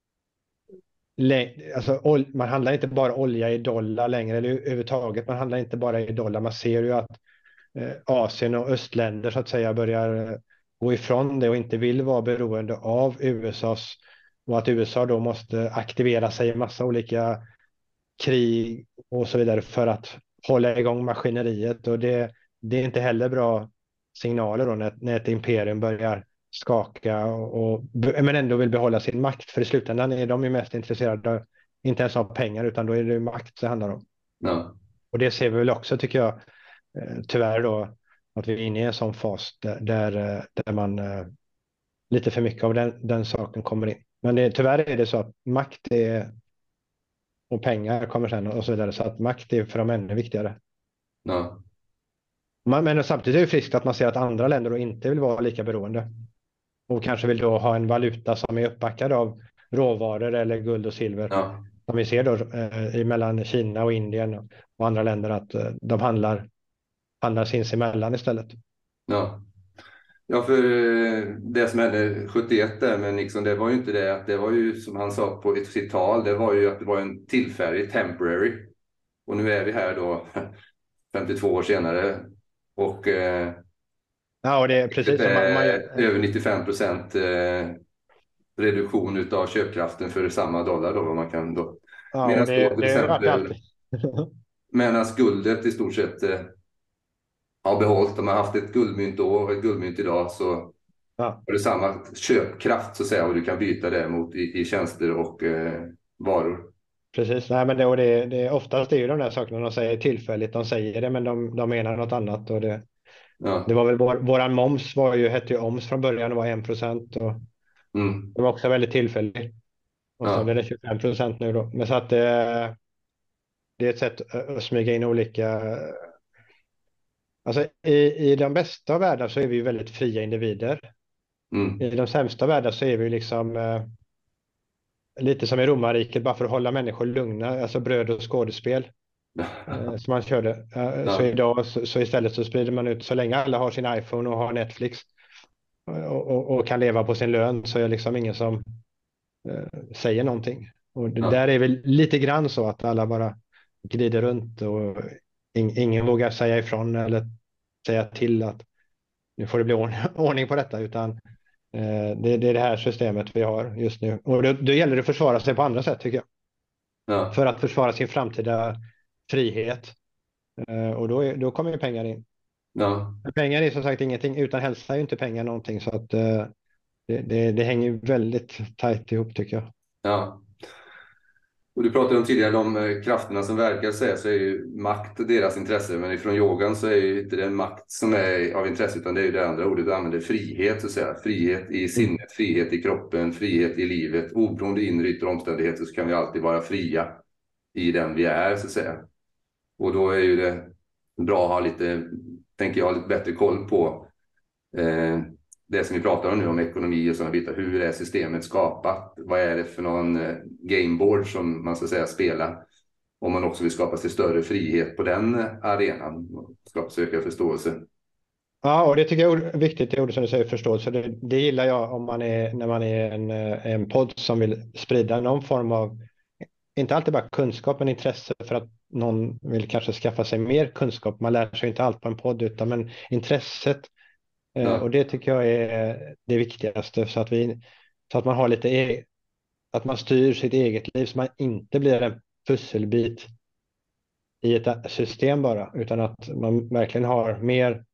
Speaker 2: alltså, man handlar inte bara olja i dollar längre, eller överhuvudtaget. Man handlar inte bara i dollar. Man ser ju att Asien och östländer så att säga börjar gå ifrån det och inte vill vara beroende av USAs, och att USA då måste aktivera sig i massa olika krig och så vidare för att hålla igång maskineriet. Och det är inte heller bra signaler då när ett imperium börjar skaka men ändå vill behålla sin makt, för i slutändan är de ju mest intresserade inte ens av pengar, utan då är det makt det handlar om. Och det ser vi väl också, tycker jag, tyvärr då, att vi är inne i en sån fas där man lite för mycket av den saken kommer in. Men tyvärr är det så att makt och pengar kommer sen och så vidare, så att makt är för dem ännu viktigare. Men samtidigt är det friskt att man ser att andra länder då inte vill vara lika beroende, och kanske vill då ha en valuta som är uppbackad av råvaror eller guld och silver. Som vi ser då mellan Kina och Indien och andra länder, att de handlar sinsemellan istället.
Speaker 1: Ja, för det som hände 71 där med Nixon, det var ju inte det, att det var ju som han sa på sitt tal, det var ju att det var en tillfällig, temporary. Och nu är vi här då 52 år senare, och
Speaker 2: och det är precis som
Speaker 1: över 95% reduktion av köpkraften för samma dollar då, vad man kan då. Medan till exempel medan guldet i stort sett har behållit, de har haft ett guldmynt då och ett guldmynt idag, så har du samma köpkraft så att säga, och du kan byta det mot i tjänster och varor.
Speaker 2: Precis, nej, men det oftast är ju de där sakerna de säger tillfälligt, de säger det, men de menar något annat. Och det var väl våran moms hette ju OMS från början, det var 1%,
Speaker 1: Mm.
Speaker 2: Det var också väldigt tillfällig. Och så blev
Speaker 1: Ja.
Speaker 2: det 25% nu då. Men så att det är ett sätt att smyga in olika. Alltså i de bästa av världar så är vi ju väldigt fria individer. I
Speaker 1: Mm.
Speaker 2: de sämsta av världar så är vi liksom lite som i romarriket, bara för att hålla människor lugna, alltså bröd och skådespel som man körde. Så
Speaker 1: Ja.
Speaker 2: idag så istället så sprider man ut, så länge alla har sin iPhone och har Netflix och kan leva på sin lön, så är det liksom ingen som säger någonting. Och det
Speaker 1: Ja.
Speaker 2: där är väl lite grann så att alla bara glider runt och ingen vågar säga ifrån eller säga till att nu får det bli ordning på detta, utan det är det här systemet vi har just nu. Och då gäller det att försvara sig på andra sätt, tycker jag.
Speaker 1: Ja.
Speaker 2: För att försvara sin framtida frihet. Och då kommer ju pengar in.
Speaker 1: Ja.
Speaker 2: Men pengar är som sagt ingenting. Utan hälsa är ju inte pengar någonting. Så att det hänger ju väldigt tajt ihop, tycker jag.
Speaker 1: Ja. Och du pratade om tidigare de krafterna som verkar så är ju makt deras intresse, men ifrån yogan så är ju inte det makt som är av intresse, utan det är ju det andra ordet du använder, frihet så att säga. Frihet i
Speaker 2: Mm.
Speaker 1: sinnet, frihet i kroppen, frihet i livet. Oberoende inre och yttre omständigheter så kan vi alltid vara fria i den vi är så att säga. Och då är ju det bra att ha lite, tänker jag, lite bättre koll på eh, det som vi pratar om nu om ekonomi och sådana bitar. Hur är systemet skapat? Vad är det för någon gameboard som man ska säga spelar? Om man också vill skapa sig större frihet på den arenan och skapa söka förståelse.
Speaker 2: Ja, och det tycker jag är viktigt, det ord som du säger, förståelse. Det gillar jag om man är, när man är en podd som vill sprida någon form av, inte alltid bara kunskap, men intresse för att någon vill kanske skaffa sig mer kunskap. Man lär sig inte allt på en podd, utan men intresset. Och
Speaker 1: Ja,
Speaker 2: det tycker jag är det viktigaste, så att man har lite, att man styr sitt eget liv, så man inte blir en pusselbit i ett system bara, utan att man verkligen har mer,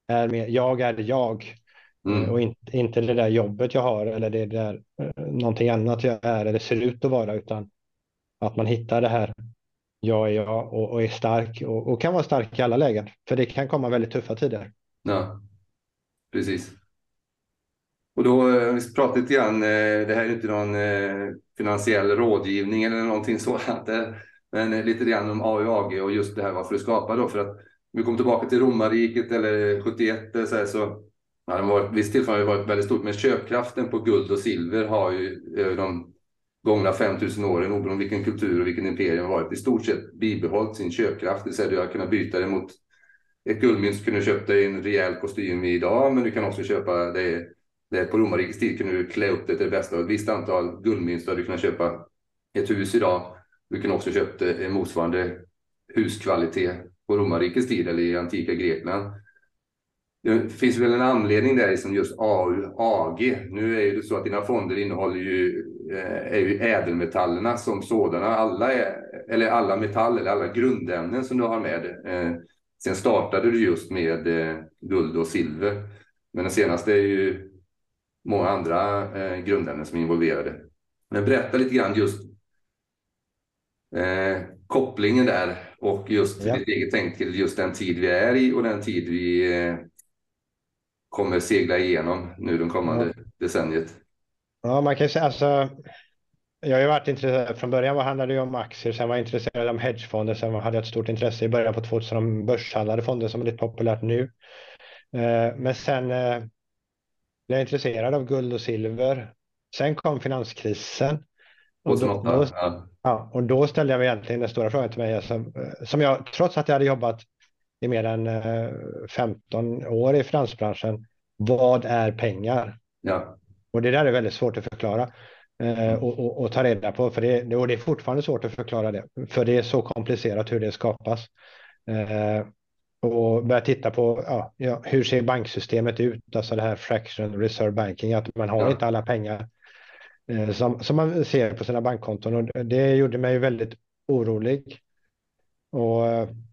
Speaker 2: jag är jag. Och
Speaker 1: mm.
Speaker 2: inte det där jobbet jag har eller det där någonting annat jag är eller ser ut att vara, utan att man hittar det här, jag är jag och är stark och kan vara stark i alla lägen. För det kan komma väldigt tuffa tider.
Speaker 1: Ja, precis. Och då, vi ska prata lite grann, det här är inte någon finansiell rådgivning eller någonting sådant, men lite grann om AUAG och just det här varför det skapar då. För att vi kommer tillbaka till romarriket eller 71 eller så ja, det har varit, visst tillfälle har det varit väldigt stort, men köpkraften på guld och silver har ju de gångna 5000 åren, oberoende vilken kultur och vilken imperium har varit, i stort sett bibehållit sin köpkraft. Det vill säga du har kunnat byta det mot ett guldmynt, så kunde du köpa dig en rejäl kostym idag, men du kan också köpa det på romarrikets tid kunde du klä upp det till det bästa av ett visst antal guldmynt, så hade du kunnat köpa ett hus idag. Du kan också köpa en motsvarande huskvalitet på romarrikets tid eller i antika Grekland. Det finns väl en anledning där som just AUAG. Nu är det så att dina fonder innehåller är ju ädelmetallerna som sådana. Alla metaller eller alla grundämnen som du har med. Sen startade du just med guld och silver. Men den senaste är ju många andra grundämnen som är involverade. Men berätta lite grann just kopplingen där och just
Speaker 2: Ja.
Speaker 1: ditt eget tänk till just den tid vi är i och den tid vi kommer segla igenom nu de
Speaker 2: Ja.
Speaker 1: kommande decenniet.
Speaker 2: Ja, man kan ju säga, alltså, jag har ju varit intresserad från början, handlade det om aktier, sen var jag intresserad av hedgefonder, sen hade jag ett stort intresse i början på 2000 om börshandlade fonder som är lite populärt nu. Men sen blev jag intresserad av guld och silver. Sen kom finanskrisen och
Speaker 1: 2008, ja.
Speaker 2: ja, och då ställde jag mig egentligen den stora frågan till mig, alltså, som jag, trots att jag hade jobbat i mer än 15 år i finansbranschen, vad är pengar?
Speaker 1: Ja.
Speaker 2: Och det där är väldigt svårt att förklara och ta reda på, och det är fortfarande svårt att förklara det, för det är så komplicerat hur det skapas. Och börja titta på hur ser banksystemet ut, alltså det här fractional reserve banking, att man har
Speaker 1: Ja.
Speaker 2: inte alla pengar som man ser på sina bankkonton, och det gjorde mig väldigt orolig. Och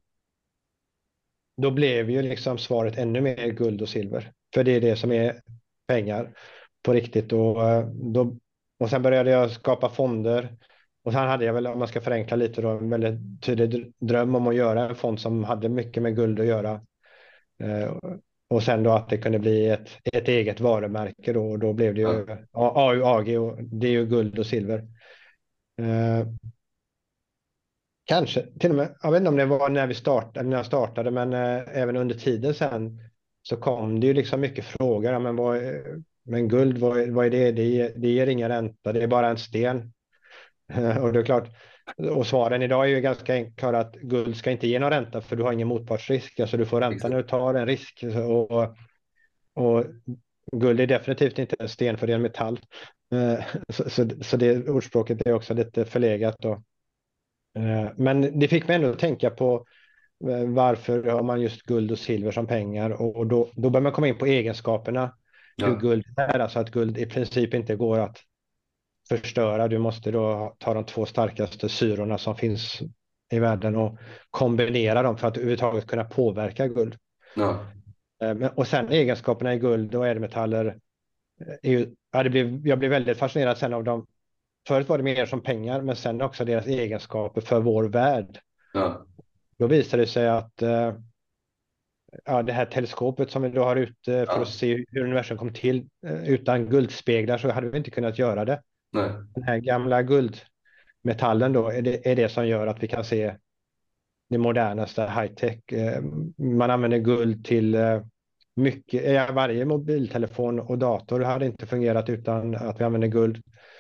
Speaker 2: då blev ju liksom svaret ännu mer guld och silver, för det är det som är pengar på riktigt. Och sen började jag skapa fonder, och sen hade jag väl, om man ska förenkla lite då, en väldigt tydlig dröm om att göra en fond som hade mycket med guld att göra. och sen då att det kunde bli ett eget varumärke då, och då blev det ju
Speaker 1: Ja,
Speaker 2: AUAG, och det är ju guld och silver. Eh, Kanske till och med, jag vet inte om det var när jag startade, men även under tiden sen så kom det ju liksom mycket frågor. Ja, men men guld, vad är det? Det ger ingen ränta, det är bara en sten. Och det är klart, och svaren idag är ju ganska enkla, att guld ska inte ge någon ränta för du har ingen motpartsrisk. Alltså du får ränta när
Speaker 1: exakt.
Speaker 2: du tar en risk. Och guld är definitivt inte en sten, för det är en metall. Så det ordspråket är också lite förlegat då. Men det fick mig ändå att tänka på varför har man just guld och silver som pengar, och då börjar man komma in på egenskaperna, hur
Speaker 1: Ja,
Speaker 2: guld är, alltså att guld i princip inte går att förstöra. Du måste då ta de två starkaste syrorna som finns i världen och kombinera dem för att överhuvudtaget kunna påverka guld.
Speaker 1: ja,
Speaker 2: Och sen egenskaperna i guld och ädelmetaller jag blev väldigt fascinerad sen av dem. Förut var det mer som pengar, men sen också deras egenskaper för vår värld.
Speaker 1: ja,
Speaker 2: Då visade det sig att ja, det här teleskopet som vi då har ute för att
Speaker 1: ja,
Speaker 2: se hur universum kom till, utan guldspeglar så hade vi inte kunnat göra det.
Speaker 1: nej,
Speaker 2: Den här gamla guldmetallen då är det som gör att vi kan se det modernaste high-tech. Man använder guld till mycket. Varje mobiltelefon och dator hade inte fungerat utan att vi använder guld.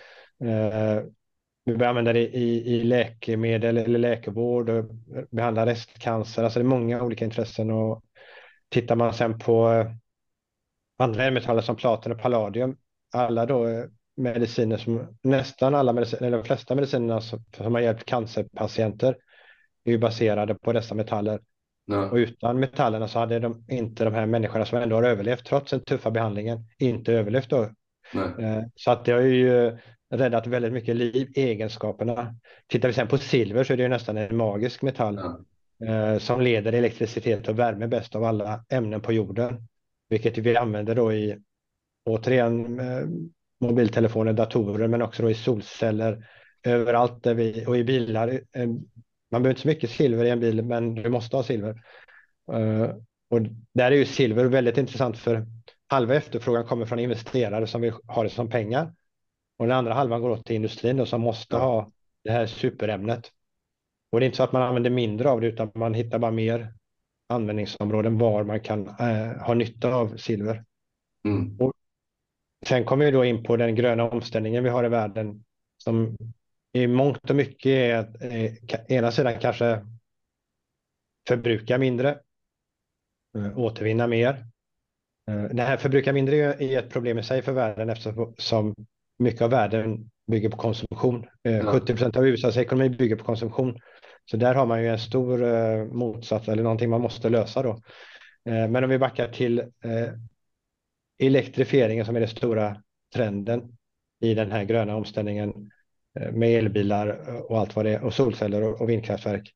Speaker 2: Vi börjar använda det i läkemedel eller läkevård och behandla restcancer. Alltså det är många olika intressen. Och tittar man sen på andra metaller som platin och palladium, alla då mediciner som nästan alla mediciner, eller de flesta medicinerna som har hjälpt cancerpatienter är ju baserade på dessa metaller. Och
Speaker 1: ja,
Speaker 2: utan metallerna så hade inte de här människorna som ändå har överlevt trots den tuffa behandlingen inte överlevt då.
Speaker 1: nej,
Speaker 2: Så att det har ju räddat väldigt mycket liv, egenskaperna. Tittar vi sen på silver så är det ju nästan en magisk metall
Speaker 1: ja,
Speaker 2: som leder elektricitet och värme bäst av alla ämnen på jorden. Vilket vi använder då i, återigen, mobiltelefoner, datorer, men också då i solceller, överallt där och i bilar. Man behöver inte så mycket silver i en bil, men du måste ha silver. Och där är ju silver väldigt intressant, för halva efterfrågan kommer från investerare som vill ha det som pengar. Och den andra halvan går åt till industrin då, som måste
Speaker 1: ja,
Speaker 2: ha det här superämnet. Och det är inte så att man använder mindre av det, utan man hittar bara mer användningsområden var man kan ha nytta av silver.
Speaker 1: mm,
Speaker 2: Och sen kommer vi då in på den gröna omställningen vi har i världen, som i mångt och mycket är att ena sidan kanske förbruka mindre, återvinna mer. Det här förbruka mindre är ett problem i sig för världen, eftersom mycket av världen bygger på konsumtion.
Speaker 1: ja,
Speaker 2: 70% av USAs ekonomi bygger på konsumtion. Så där har man ju en stor motsats, eller någonting man måste lösa då. Men om vi backar till elektrifieringen som är den stora trenden i den här gröna omställningen, med elbilar och allt vad det är, och solceller och vindkraftverk,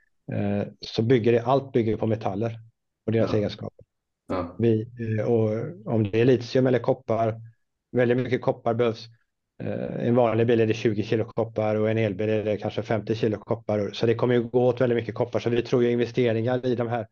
Speaker 2: så allt bygger på metaller och deras
Speaker 1: ja,
Speaker 2: egenskaper.
Speaker 1: ja,
Speaker 2: Och om det är litium eller koppar, väldigt mycket koppar behövs. En vanlig bil är det 20 kilo koppar och en elbil är det kanske 50 kilo koppar. Så det kommer ju gå åt väldigt mycket koppar. Så vi tror ju investeringar i de här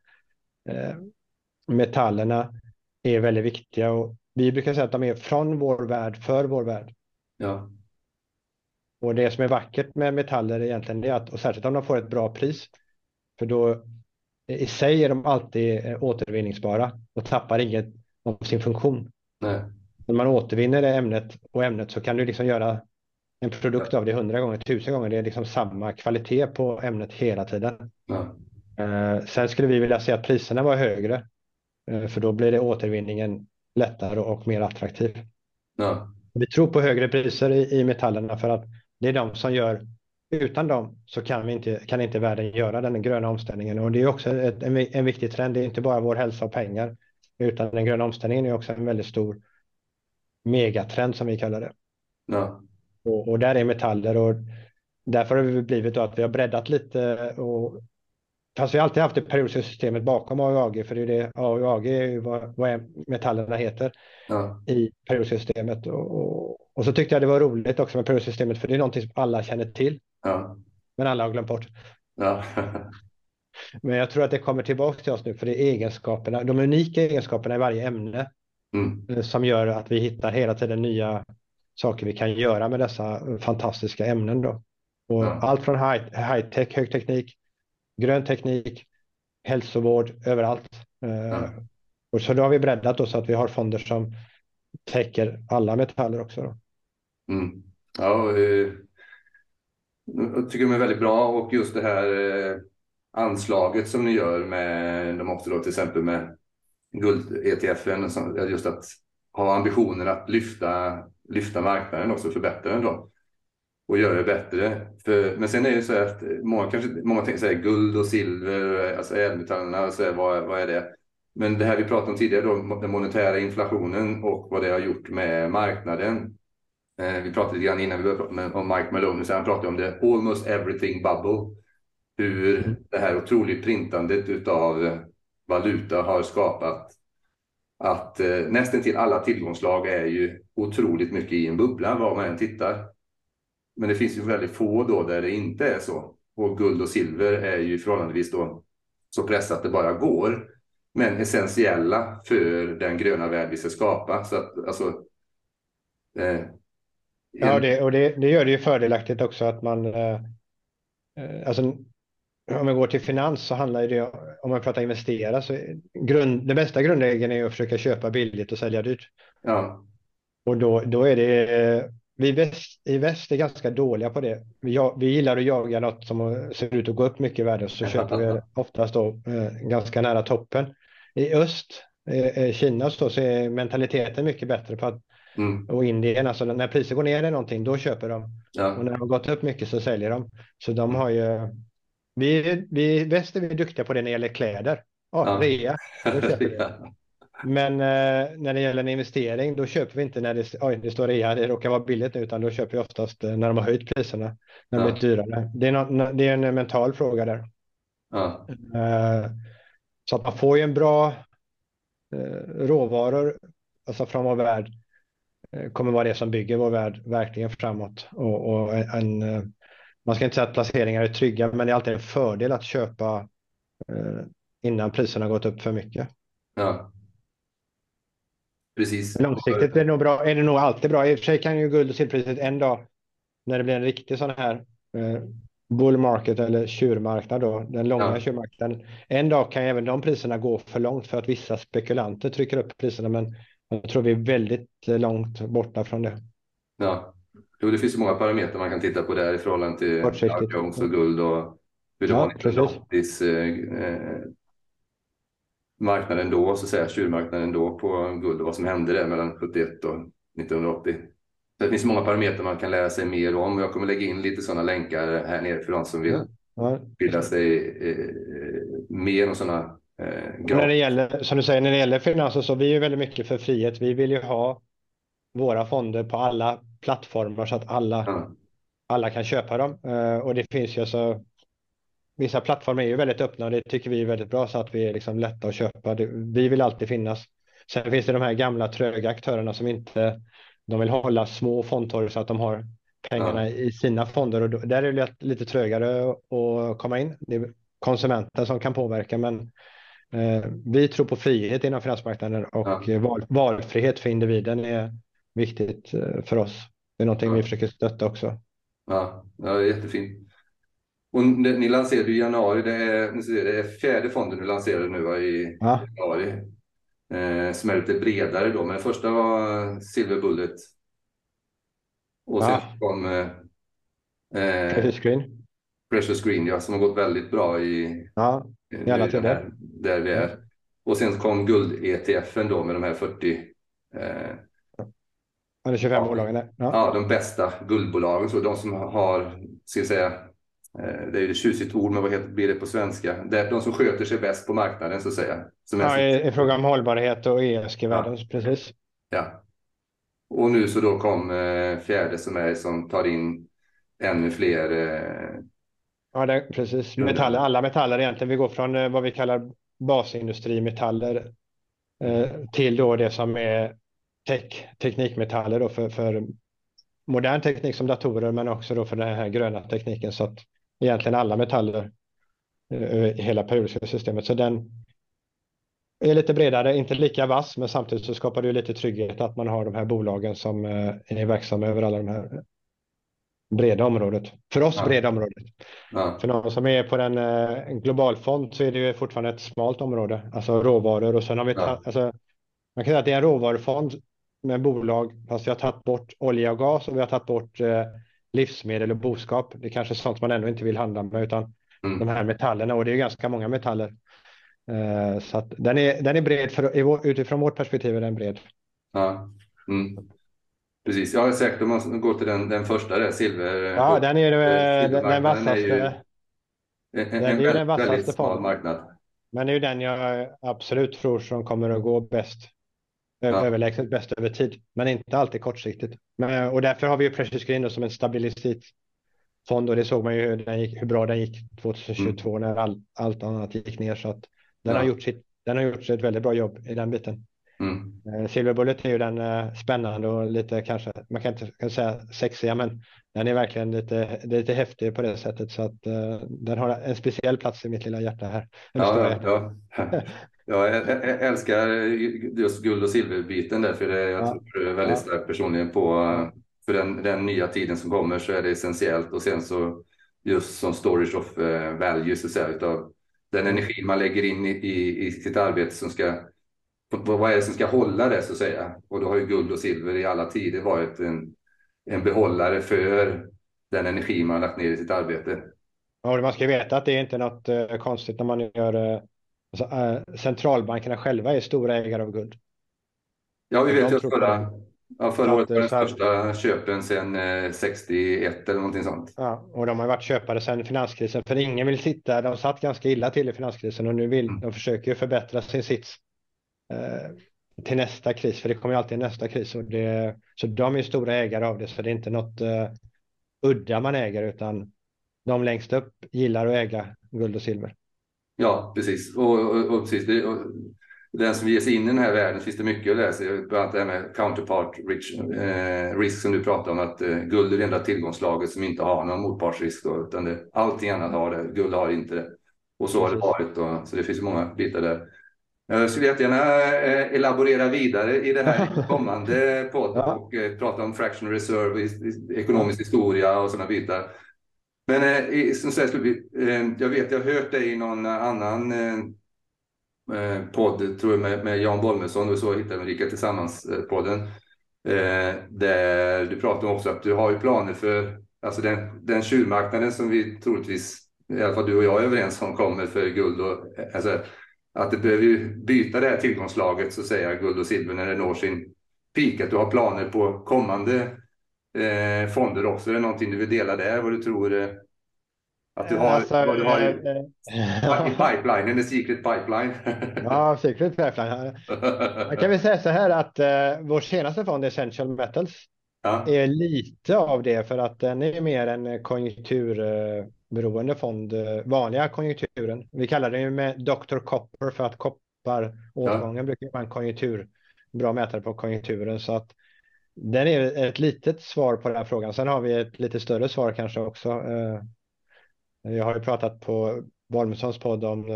Speaker 2: metallerna är väldigt viktiga. Och vi brukar säga att de är från vår värld, för vår värld.
Speaker 1: ja,
Speaker 2: Och det som är vackert med metaller egentligen är att, och särskilt om de får ett bra pris, för då i sig är de alltid återvinningsbara och tappar inget av sin funktion.
Speaker 1: nej,
Speaker 2: När man återvinner det ämnet så kan du liksom göra en produkt
Speaker 1: ja,
Speaker 2: av det 100 gånger, 1000 gånger. Det är liksom samma kvalitet på ämnet hela tiden.
Speaker 1: ja,
Speaker 2: Sen skulle vi vilja se att priserna var högre, för då blir det återvinningen lättare och mer attraktiv.
Speaker 1: ja,
Speaker 2: Vi tror på högre priser i metallerna, för att det är de som gör, utan dem så kan inte världen göra den gröna omställningen. Och det är också en viktig trend. Det är inte bara vår hälsa och pengar, utan den gröna omställningen är också en väldigt stor megatrend som vi kallar det.
Speaker 1: ja,
Speaker 2: Och där är metaller, och därför har vi blivit då att vi har breddat lite. Fast vi har alltid haft det periodiska systemet bakom AUAG, för det är det, AUAG är ju vad metallerna heter
Speaker 1: ja,
Speaker 2: i periodiska systemet. Och så tyckte jag det var roligt också med periodiska systemet, för det är någonting som alla känner till,
Speaker 1: ja,
Speaker 2: men alla har glömt bort.
Speaker 1: ja,
Speaker 2: Men jag tror att det kommer tillbaka till oss nu, för det är egenskaperna, de unika egenskaperna i varje ämne som gör att vi hittar hela tiden nya saker vi kan göra med dessa fantastiska ämnen då. Och allt från high-tech, högteknik, grön teknik, hälsovård, överallt. Och så då har vi breddat då så att vi har fonder som täcker alla metaller också då.
Speaker 1: Ja, jag tycker de är väldigt bra, och just det här anslaget som ni gör med de också då, till exempel med guld-ETFen, just att ha ambitionen att lyfta marknaden också, förbättra den då och göra det bättre. Men sen är det så att många tänker så här, guld och silver, alltså ädelmetallerna, så här, vad är det? Men det här vi pratade om tidigare då, den monetära inflationen och vad det har gjort med marknaden. Vi pratade lite grann innan vi började prata om Mike Maloney, så han pratade om det almost everything bubble. Hur det här otroligt printandet utav valuta har skapat att nästan till alla tillgångslag är ju otroligt mycket i en bubbla var man än tittar. Men det finns ju väldigt få då där det inte är så. Och guld och silver är ju förhållandevis då så pressat att det bara går. Men essentiella för den gröna värld vi ska skapa. Så att alltså...
Speaker 2: Ja, det gör det ju fördelaktigt också att man... alltså, om man går till finans så handlar det, om man pratar investera, så den bästa grundregeln är att försöka köpa billigt och sälja dyrt.
Speaker 1: Ja.
Speaker 2: Och då är det... Vi i väst är ganska dåliga på det. Vi gillar att jaga något som ser ut att gå upp mycket i värde, så köper vi oftast då ganska nära toppen. I öst, Kina, så är mentaliteten mycket bättre på att, och Indien, alltså när priser går ner i någonting, då köper de. Ja. Och när de har gått upp mycket så säljer de. Så de har ju... Vi i väst är vi duktiga på det när det gäller kläder. Rea, då köper vi. Men när det gäller en investering, då köper vi inte när det står rea, det råkar vara billigt nu, utan då köper vi oftast när de har höjt priserna, när de blir dyrare. Det är en mental fråga där. Så att man får ju en bra råvaror, alltså från vår värld, kommer vara det som bygger vår värld verkligen framåt. Och man ska inte säga att placeringar är trygga, men det är alltid en fördel att köpa innan priserna har gått upp för mycket.
Speaker 1: Ja. Precis.
Speaker 2: Långsiktigt är det nog alltid bra. I och för sig kan ju guld- och silverpriset en dag, när det blir en riktig sån här bull market eller tjurmarknad då, den långa tjurmarknaden, en dag kan även de priserna gå för långt för att vissa spekulanter trycker upp priserna, men jag tror vi är väldigt långt borta från det.
Speaker 1: Ja, det finns så många parametrar man kan titta på där i förhållande till Dow Jones och guld och hur det var 1980 marknaden då, så att säga, tjurmarknaden då på guld och vad som hände där mellan 71 och 1980. Så det finns många parametrar man kan lära sig mer om, och jag kommer lägga in lite sådana länkar här nere för de som vill bilda sig mer om sådana
Speaker 2: när det gäller, som du säger, när det gäller finanser, så vi är väldigt mycket för frihet. Vi vill ju ha våra fonder på alla plattformar så att alla kan köpa dem. Och det finns ju så... Vissa plattformar är ju väldigt öppna, och det tycker vi är väldigt bra, så att vi är liksom lätta att köpa. Vi vill alltid finnas. Sen finns det de här gamla tröga aktörerna som inte... De vill hålla små fondtorg så att de har pengarna i sina fonder. Och där är det lite trögare att komma in. Det är konsumenten som kan påverka, men vi tror på frihet inom finansmarknaden, och valfrihet för individen är viktigt för oss. Det är någonting vi försöker stötta också.
Speaker 1: Ja, det är jättefint. Och ni lanserade i januari, det är fjärde fonden du lanserade nu i januari. Som är lite bredare då, men den första var Silver Bullet. Och sen kom Precious Green, som har gått väldigt bra i
Speaker 2: alla tider.
Speaker 1: Där vi är. Och sen kom guld-ETFen då med de här 40
Speaker 2: 25 bolagen.
Speaker 1: De bästa guldbolagen, så de som har, ska jag säga, det är ju ett tjusigt ord, men vad blir det på svenska? Det är de som sköter sig bäst på marknaden, så att säga.
Speaker 2: I fråga om hållbarhet och ESG-värden, precis.
Speaker 1: Ja. Och nu så då kom fjärde som tar in ännu fler...
Speaker 2: precis. Alla metaller egentligen. Vi går från vad vi kallar basindustrimetaller till då det som är teknikmetaller då för modern teknik som datorer, men också då för den här gröna tekniken, så att egentligen alla metaller i hela periodiska systemet. Så den är lite bredare, inte lika vass, men samtidigt så skapar det lite trygghet att man har de här bolagen som är verksamma över alla de här breda området. För oss
Speaker 1: Ja,
Speaker 2: breda området.
Speaker 1: ja,
Speaker 2: För någon som är på en global fond så är det ju fortfarande ett smalt område, alltså råvaror. Och sen har vi
Speaker 1: ja,
Speaker 2: alltså, man kan säga att det är en råvarufond med bolag, fast vi har tagit bort olja och gas och vi har tagit bort livsmedel och boskap. Det är kanske sånt man ändå inte vill handla med, utan de
Speaker 1: mm,
Speaker 2: här metallerna, och det är ganska många metaller. Så att den är bred, utifrån vårt perspektiv är den bred.
Speaker 1: ja, precis. Ja, säkert om man går till den första där,
Speaker 2: Ja, den är den
Speaker 1: silvermarknaden är ju
Speaker 2: vassaste.
Speaker 1: en
Speaker 2: Det är ju den
Speaker 1: väldigt
Speaker 2: vassaste
Speaker 1: smal
Speaker 2: fonden.
Speaker 1: marknad.
Speaker 2: Men det är ju den jag absolut tror som kommer att gå bäst.
Speaker 1: Ja,
Speaker 2: Överlägset bäst över tid, men inte alltid kortsiktigt. Och därför har vi ju Precious Green då som en stabilitetsfond, och det såg man ju hur bra den gick 2022
Speaker 1: mm,
Speaker 2: när allt annat gick ner. Så att
Speaker 1: ja,
Speaker 2: den har gjort ett väldigt bra jobb i den biten.
Speaker 1: mm.
Speaker 2: Silver Bullet är ju den spännande och lite, kanske man kan inte säga sexiga, men den är verkligen lite häftig på det sättet, så att den har en speciell plats i mitt lilla hjärta här. Eller stora
Speaker 1: Ja,
Speaker 2: hjärta.
Speaker 1: ja. Ja, jag älskar just guld och silverbiten därför jag
Speaker 2: Ja,
Speaker 1: tror väldigt
Speaker 2: ja,
Speaker 1: starkt personligen på
Speaker 2: ja.
Speaker 1: för den nya tiden som kommer så är det essentiellt och sen så just som storage of value så att säga, utav den
Speaker 2: Mm.
Speaker 1: energi man lägger in i sitt arbete som ska vad är det som ska hålla det så att säga, och då har ju guld och silver i alla tider varit en behållare för den energi man har lagt ner i sitt arbete.
Speaker 2: Ja, och man ska veta att det är inte något konstigt när man gör centralbankerna själva är stora ägare av guld.
Speaker 1: Ja, vi
Speaker 2: Och
Speaker 1: vet
Speaker 2: de
Speaker 1: ju att
Speaker 2: tror på det.
Speaker 1: förra
Speaker 2: Så
Speaker 1: året
Speaker 2: att,
Speaker 1: var den
Speaker 2: så att,
Speaker 1: största köpen sedan 61 eller någonting sånt.
Speaker 2: ja, och de har varit köpare sedan finanskrisen, för ingen vill sitta, de satt ganska illa till i finanskrisen och nu
Speaker 1: Mm.
Speaker 2: de försöker ju förbättra sin sits eh, till nästa kris, för det kommer ju alltid en nästa kris, så de är stora ägare av det, så det är inte något udda man äger, utan de längst upp gillar att äga guld och silver.
Speaker 1: Ja, precis. Och precis den som ger sig in i den här världen finns det mycket att läsa. Bland annat det här med counterpart risk som du pratar om. Att guld är det enda tillgångslaget som inte har någon motpartsrisk. Då, utan allting annat har det. Guld har inte det. Och så har det
Speaker 2: Precis.
Speaker 1: varit. Då, så det finns många bitar där. Jag skulle jättegärna elaborera vidare i det här i kommande podd
Speaker 2: Ja.
Speaker 1: och prata om fractional reserve, ekonomisk historia och sådana bitar. Men som sagt, jag vet, jag har hört dig i någon annan podd, tror jag, med Jan Bolmesson och så hittade vi Rika Tillsammans-podden. Där du pratar om också att du har ju planer för alltså den tjurmarknaden som vi troligtvis, i alla fall du och jag är överens om, kommer för guld och alltså, att det behöver ju byta det här tillgångslaget så att säga, guld och silver när det når sin peak. Att du har planer på kommande fonder också. Är det någonting du vill dela där? Vad du tror att du har,
Speaker 2: Alltså,
Speaker 1: vad du har i
Speaker 2: ja,
Speaker 1: pipelinen, the secret pipeline?
Speaker 2: ja, Secret Pipeline. Man kan väl säga så här att vår senaste fond, Essential Metals,
Speaker 1: Ja,
Speaker 2: är lite av det, för att den är mer en konjunkturberoende fond, vanliga konjunkturen. Vi kallar den ju med Dr. Copper för att
Speaker 1: ja,
Speaker 2: kopparåtgången brukar vara bra mätare på konjunkturen. Så att den är ett litet svar på den här frågan. Sen har vi ett lite större svar kanske också. Jag har ju pratat på Bolmessons podd om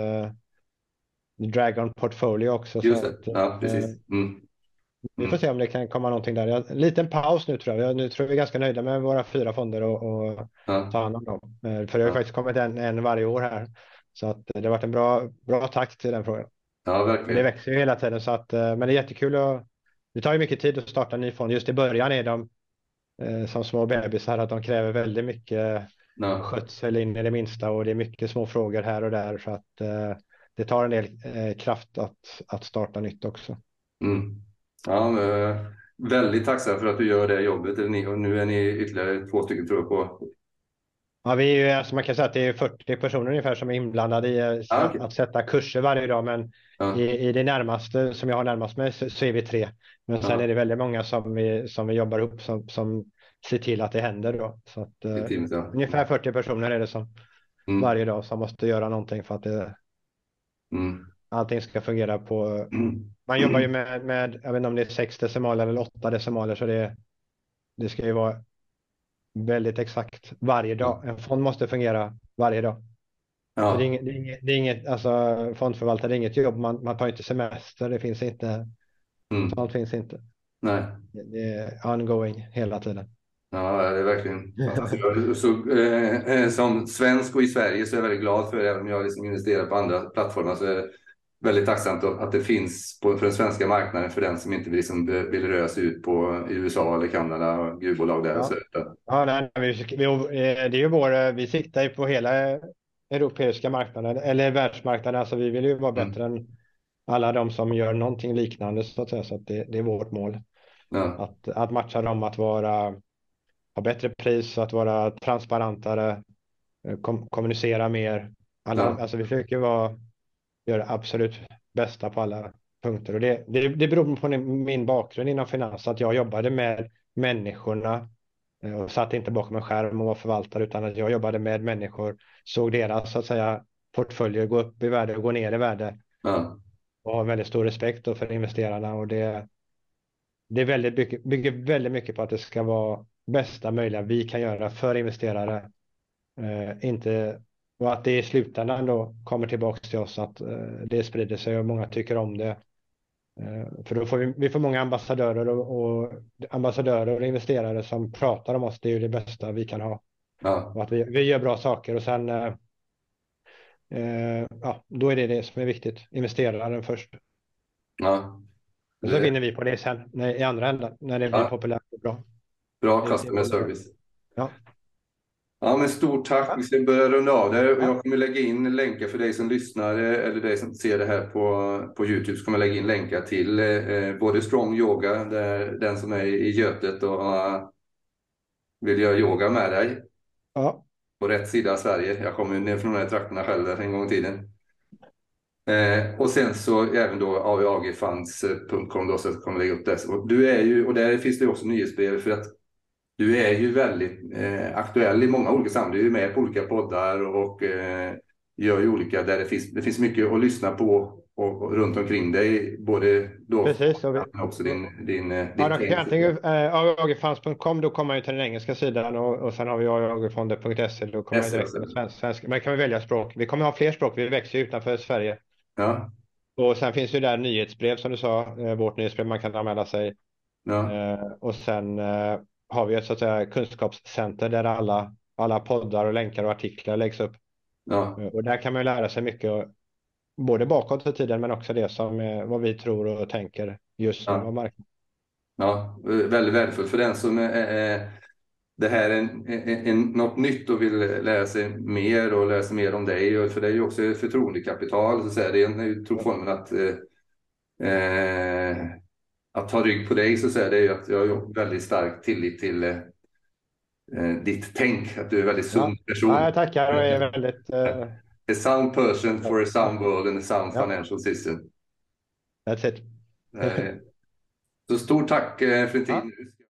Speaker 2: Dragon Portfolio också. Så
Speaker 1: just det.
Speaker 2: att,
Speaker 1: Ja, precis. Mm.
Speaker 2: vi får
Speaker 1: Mm.
Speaker 2: se om det kan komma någonting där. En liten paus nu tror jag. Nu tror jag vi är ganska nöjda med våra 4 fonder och
Speaker 1: Ja,
Speaker 2: ta hand om dem. För det har ju
Speaker 1: ja,
Speaker 2: faktiskt kommit en varje år här. Så att det har varit en bra takt till den frågan.
Speaker 1: ja,
Speaker 2: Och det
Speaker 1: verkligen.
Speaker 2: växer ju hela tiden. Så att, men det är jättekul. Det tar ju mycket tid att starta en ny fond. Just i början är de som små bebisar, att de kräver väldigt mycket
Speaker 1: Ja,
Speaker 2: skötsel in i det minsta, och det är mycket små frågor här och där, så att det tar en del kraft att starta nytt också.
Speaker 1: mm. Ja, men, väldigt tacksam för att du gör det jobbet. Och nu är ni ytterligare 2 stycken tror jag på.
Speaker 2: Ja, vi är ju, alltså man kan säga att det är 40 personer ungefär som är inblandade i
Speaker 1: Ja,
Speaker 2: att
Speaker 1: okej.
Speaker 2: sätta kurser varje dag, men
Speaker 1: Ja,
Speaker 2: i det närmaste som jag har närmast mig så är vi 3. Men sen är
Speaker 1: ja,
Speaker 2: det väldigt många som vi jobbar upp som ser till att det händer då. Så att
Speaker 1: i teamet, ja.
Speaker 2: ungefär 40 personer är det som
Speaker 1: Mm.
Speaker 2: varje dag som måste göra någonting för att
Speaker 1: Mm.
Speaker 2: allting ska fungera på.
Speaker 1: Mm.
Speaker 2: Man jobbar ju med, jag vet inte om det är 6 decimaler eller 8 decimaler, så det ska ju vara väldigt exakt varje
Speaker 1: Ja,
Speaker 2: dag. En fond måste fungera varje dag. Så
Speaker 1: Ja.
Speaker 2: det är inget, alltså fondförvaltare, det är inget jobb, man tar inte semester, det finns inte,
Speaker 1: Mm.
Speaker 2: sånt finns inte.
Speaker 1: Nej.
Speaker 2: Det är ongoing hela tiden.
Speaker 1: Ja, det är verkligen fantastiskt. Så, som svensk och i Sverige så är jag väldigt glad för, även om jag liksom investerar på andra plattformar, så är det väldigt tacksamt att det finns för den svenska marknaden för den som inte vill, liksom, vill röra sig ut på i USA eller Kanada och gruvbolag där och så.
Speaker 2: Ja, ja nej, det är ju vi siktar ju på hela europeiska marknaden eller världsmarknaden. Alltså vi vill ju vara
Speaker 1: Mm.
Speaker 2: bättre än alla de som gör någonting liknande så att säga. Så att det är vårt mål.
Speaker 1: Ja,
Speaker 2: Att matcha dem, att ha bättre pris, att vara transparentare, kommunicera mer.
Speaker 1: ja,
Speaker 2: Alltså vi försöker göra det absolut bästa på alla punkter. Och det beror på min bakgrund inom finans, att jag jobbade med människorna och satt inte bakom en skärm och var förvaltare, utan att jag jobbade med människor, såg deras så att säga portföljer gå upp i värde och gå ner i värde,
Speaker 1: ja,
Speaker 2: och har väldigt stor respekt då för investerarna. Och det är bygger väldigt mycket på att det ska vara bästa möjliga vi kan göra för investerare. Inte, och att det i slutändan då kommer tillbaka till oss, att det sprider sig och många tycker om det. För då får vi får många ambassadörer och investerare som pratar om oss. Det är ju det bästa vi kan ha.
Speaker 1: ja,
Speaker 2: Och att vi gör bra saker, och sen ja, då är det som är viktigt. Investeraren först.
Speaker 1: ja.
Speaker 2: Och så vinner vi på det sen i andra änden när det blir
Speaker 1: Ja,
Speaker 2: populärt och bra.
Speaker 1: bra
Speaker 2: Det är
Speaker 1: customer
Speaker 2: målet.
Speaker 1: service.
Speaker 2: Ja.
Speaker 1: Ja, men stort tack. Vi
Speaker 2: Ja.
Speaker 1: ska börja runda av där. Och
Speaker 2: Ja.
Speaker 1: jag kommer lägga in länkar för dig som lyssnar eller dig som ser det här på YouTube. Så kommer jag lägga in länkar till både Strong Yoga, där den som är i Götet och vill göra yoga med dig
Speaker 2: Ja.
Speaker 1: på rätt sida av Sverige. Jag kommer ju ner från de här trakterna själv där en gång i tiden. Och sen så även då aagfunds.com då, så jag kommer lägga upp det. Och du är ju, och där finns det också nyhetsbrev, för att du är ju väldigt aktuell i många olika sammanhang. Du är ju med på olika poddar och gör ju olika, där det finns mycket att lyssna på och runt omkring dig. Både då,
Speaker 2: Precis.
Speaker 1: men också din
Speaker 2: Ja, de kan
Speaker 1: tänk.
Speaker 2: antingen aagfunds.com, då kommer man ju till den engelska sidan, och sen har vi aagfonder.se, då kommer man direkt till den svenska. Men kan vi välja språk. Vi kommer ha fler språk, vi växer ju utanför Sverige.
Speaker 1: Ja,
Speaker 2: Och sen finns ju där nyhetsbrev som du sa, vårt nyhetsbrev, man kan anmäla sig.
Speaker 1: ja,
Speaker 2: Och sen har vi ett så att säga kunskapscenter där alla poddar och länkar och artiklar läggs upp.
Speaker 1: ja,
Speaker 2: Och där kan man ju lära sig mycket, både bakåt i tiden men också det som vad vi tror och tänker just nu
Speaker 1: ja.
Speaker 2: om marknaden.
Speaker 1: Ja, väldigt värdefullt för den som det här är något nytt och vill lära sig mer och lära sig mer om dig. Och för det är ju också ett förtroendekapital. Så att säga. Det är en trofond att ta rygg på dig, så att säga. Det är ju att jag har väldigt stark tillit till ditt tänk. Att du är en väldigt
Speaker 2: Ja,
Speaker 1: sund
Speaker 2: ja,
Speaker 1: person.
Speaker 2: jag tackar och är väldigt...
Speaker 1: A sound person for a sound
Speaker 2: ja,
Speaker 1: world and a sound
Speaker 2: ja,
Speaker 1: financial system.
Speaker 2: that's it.
Speaker 1: Så stort tack för din
Speaker 2: Ja.
Speaker 1: tid.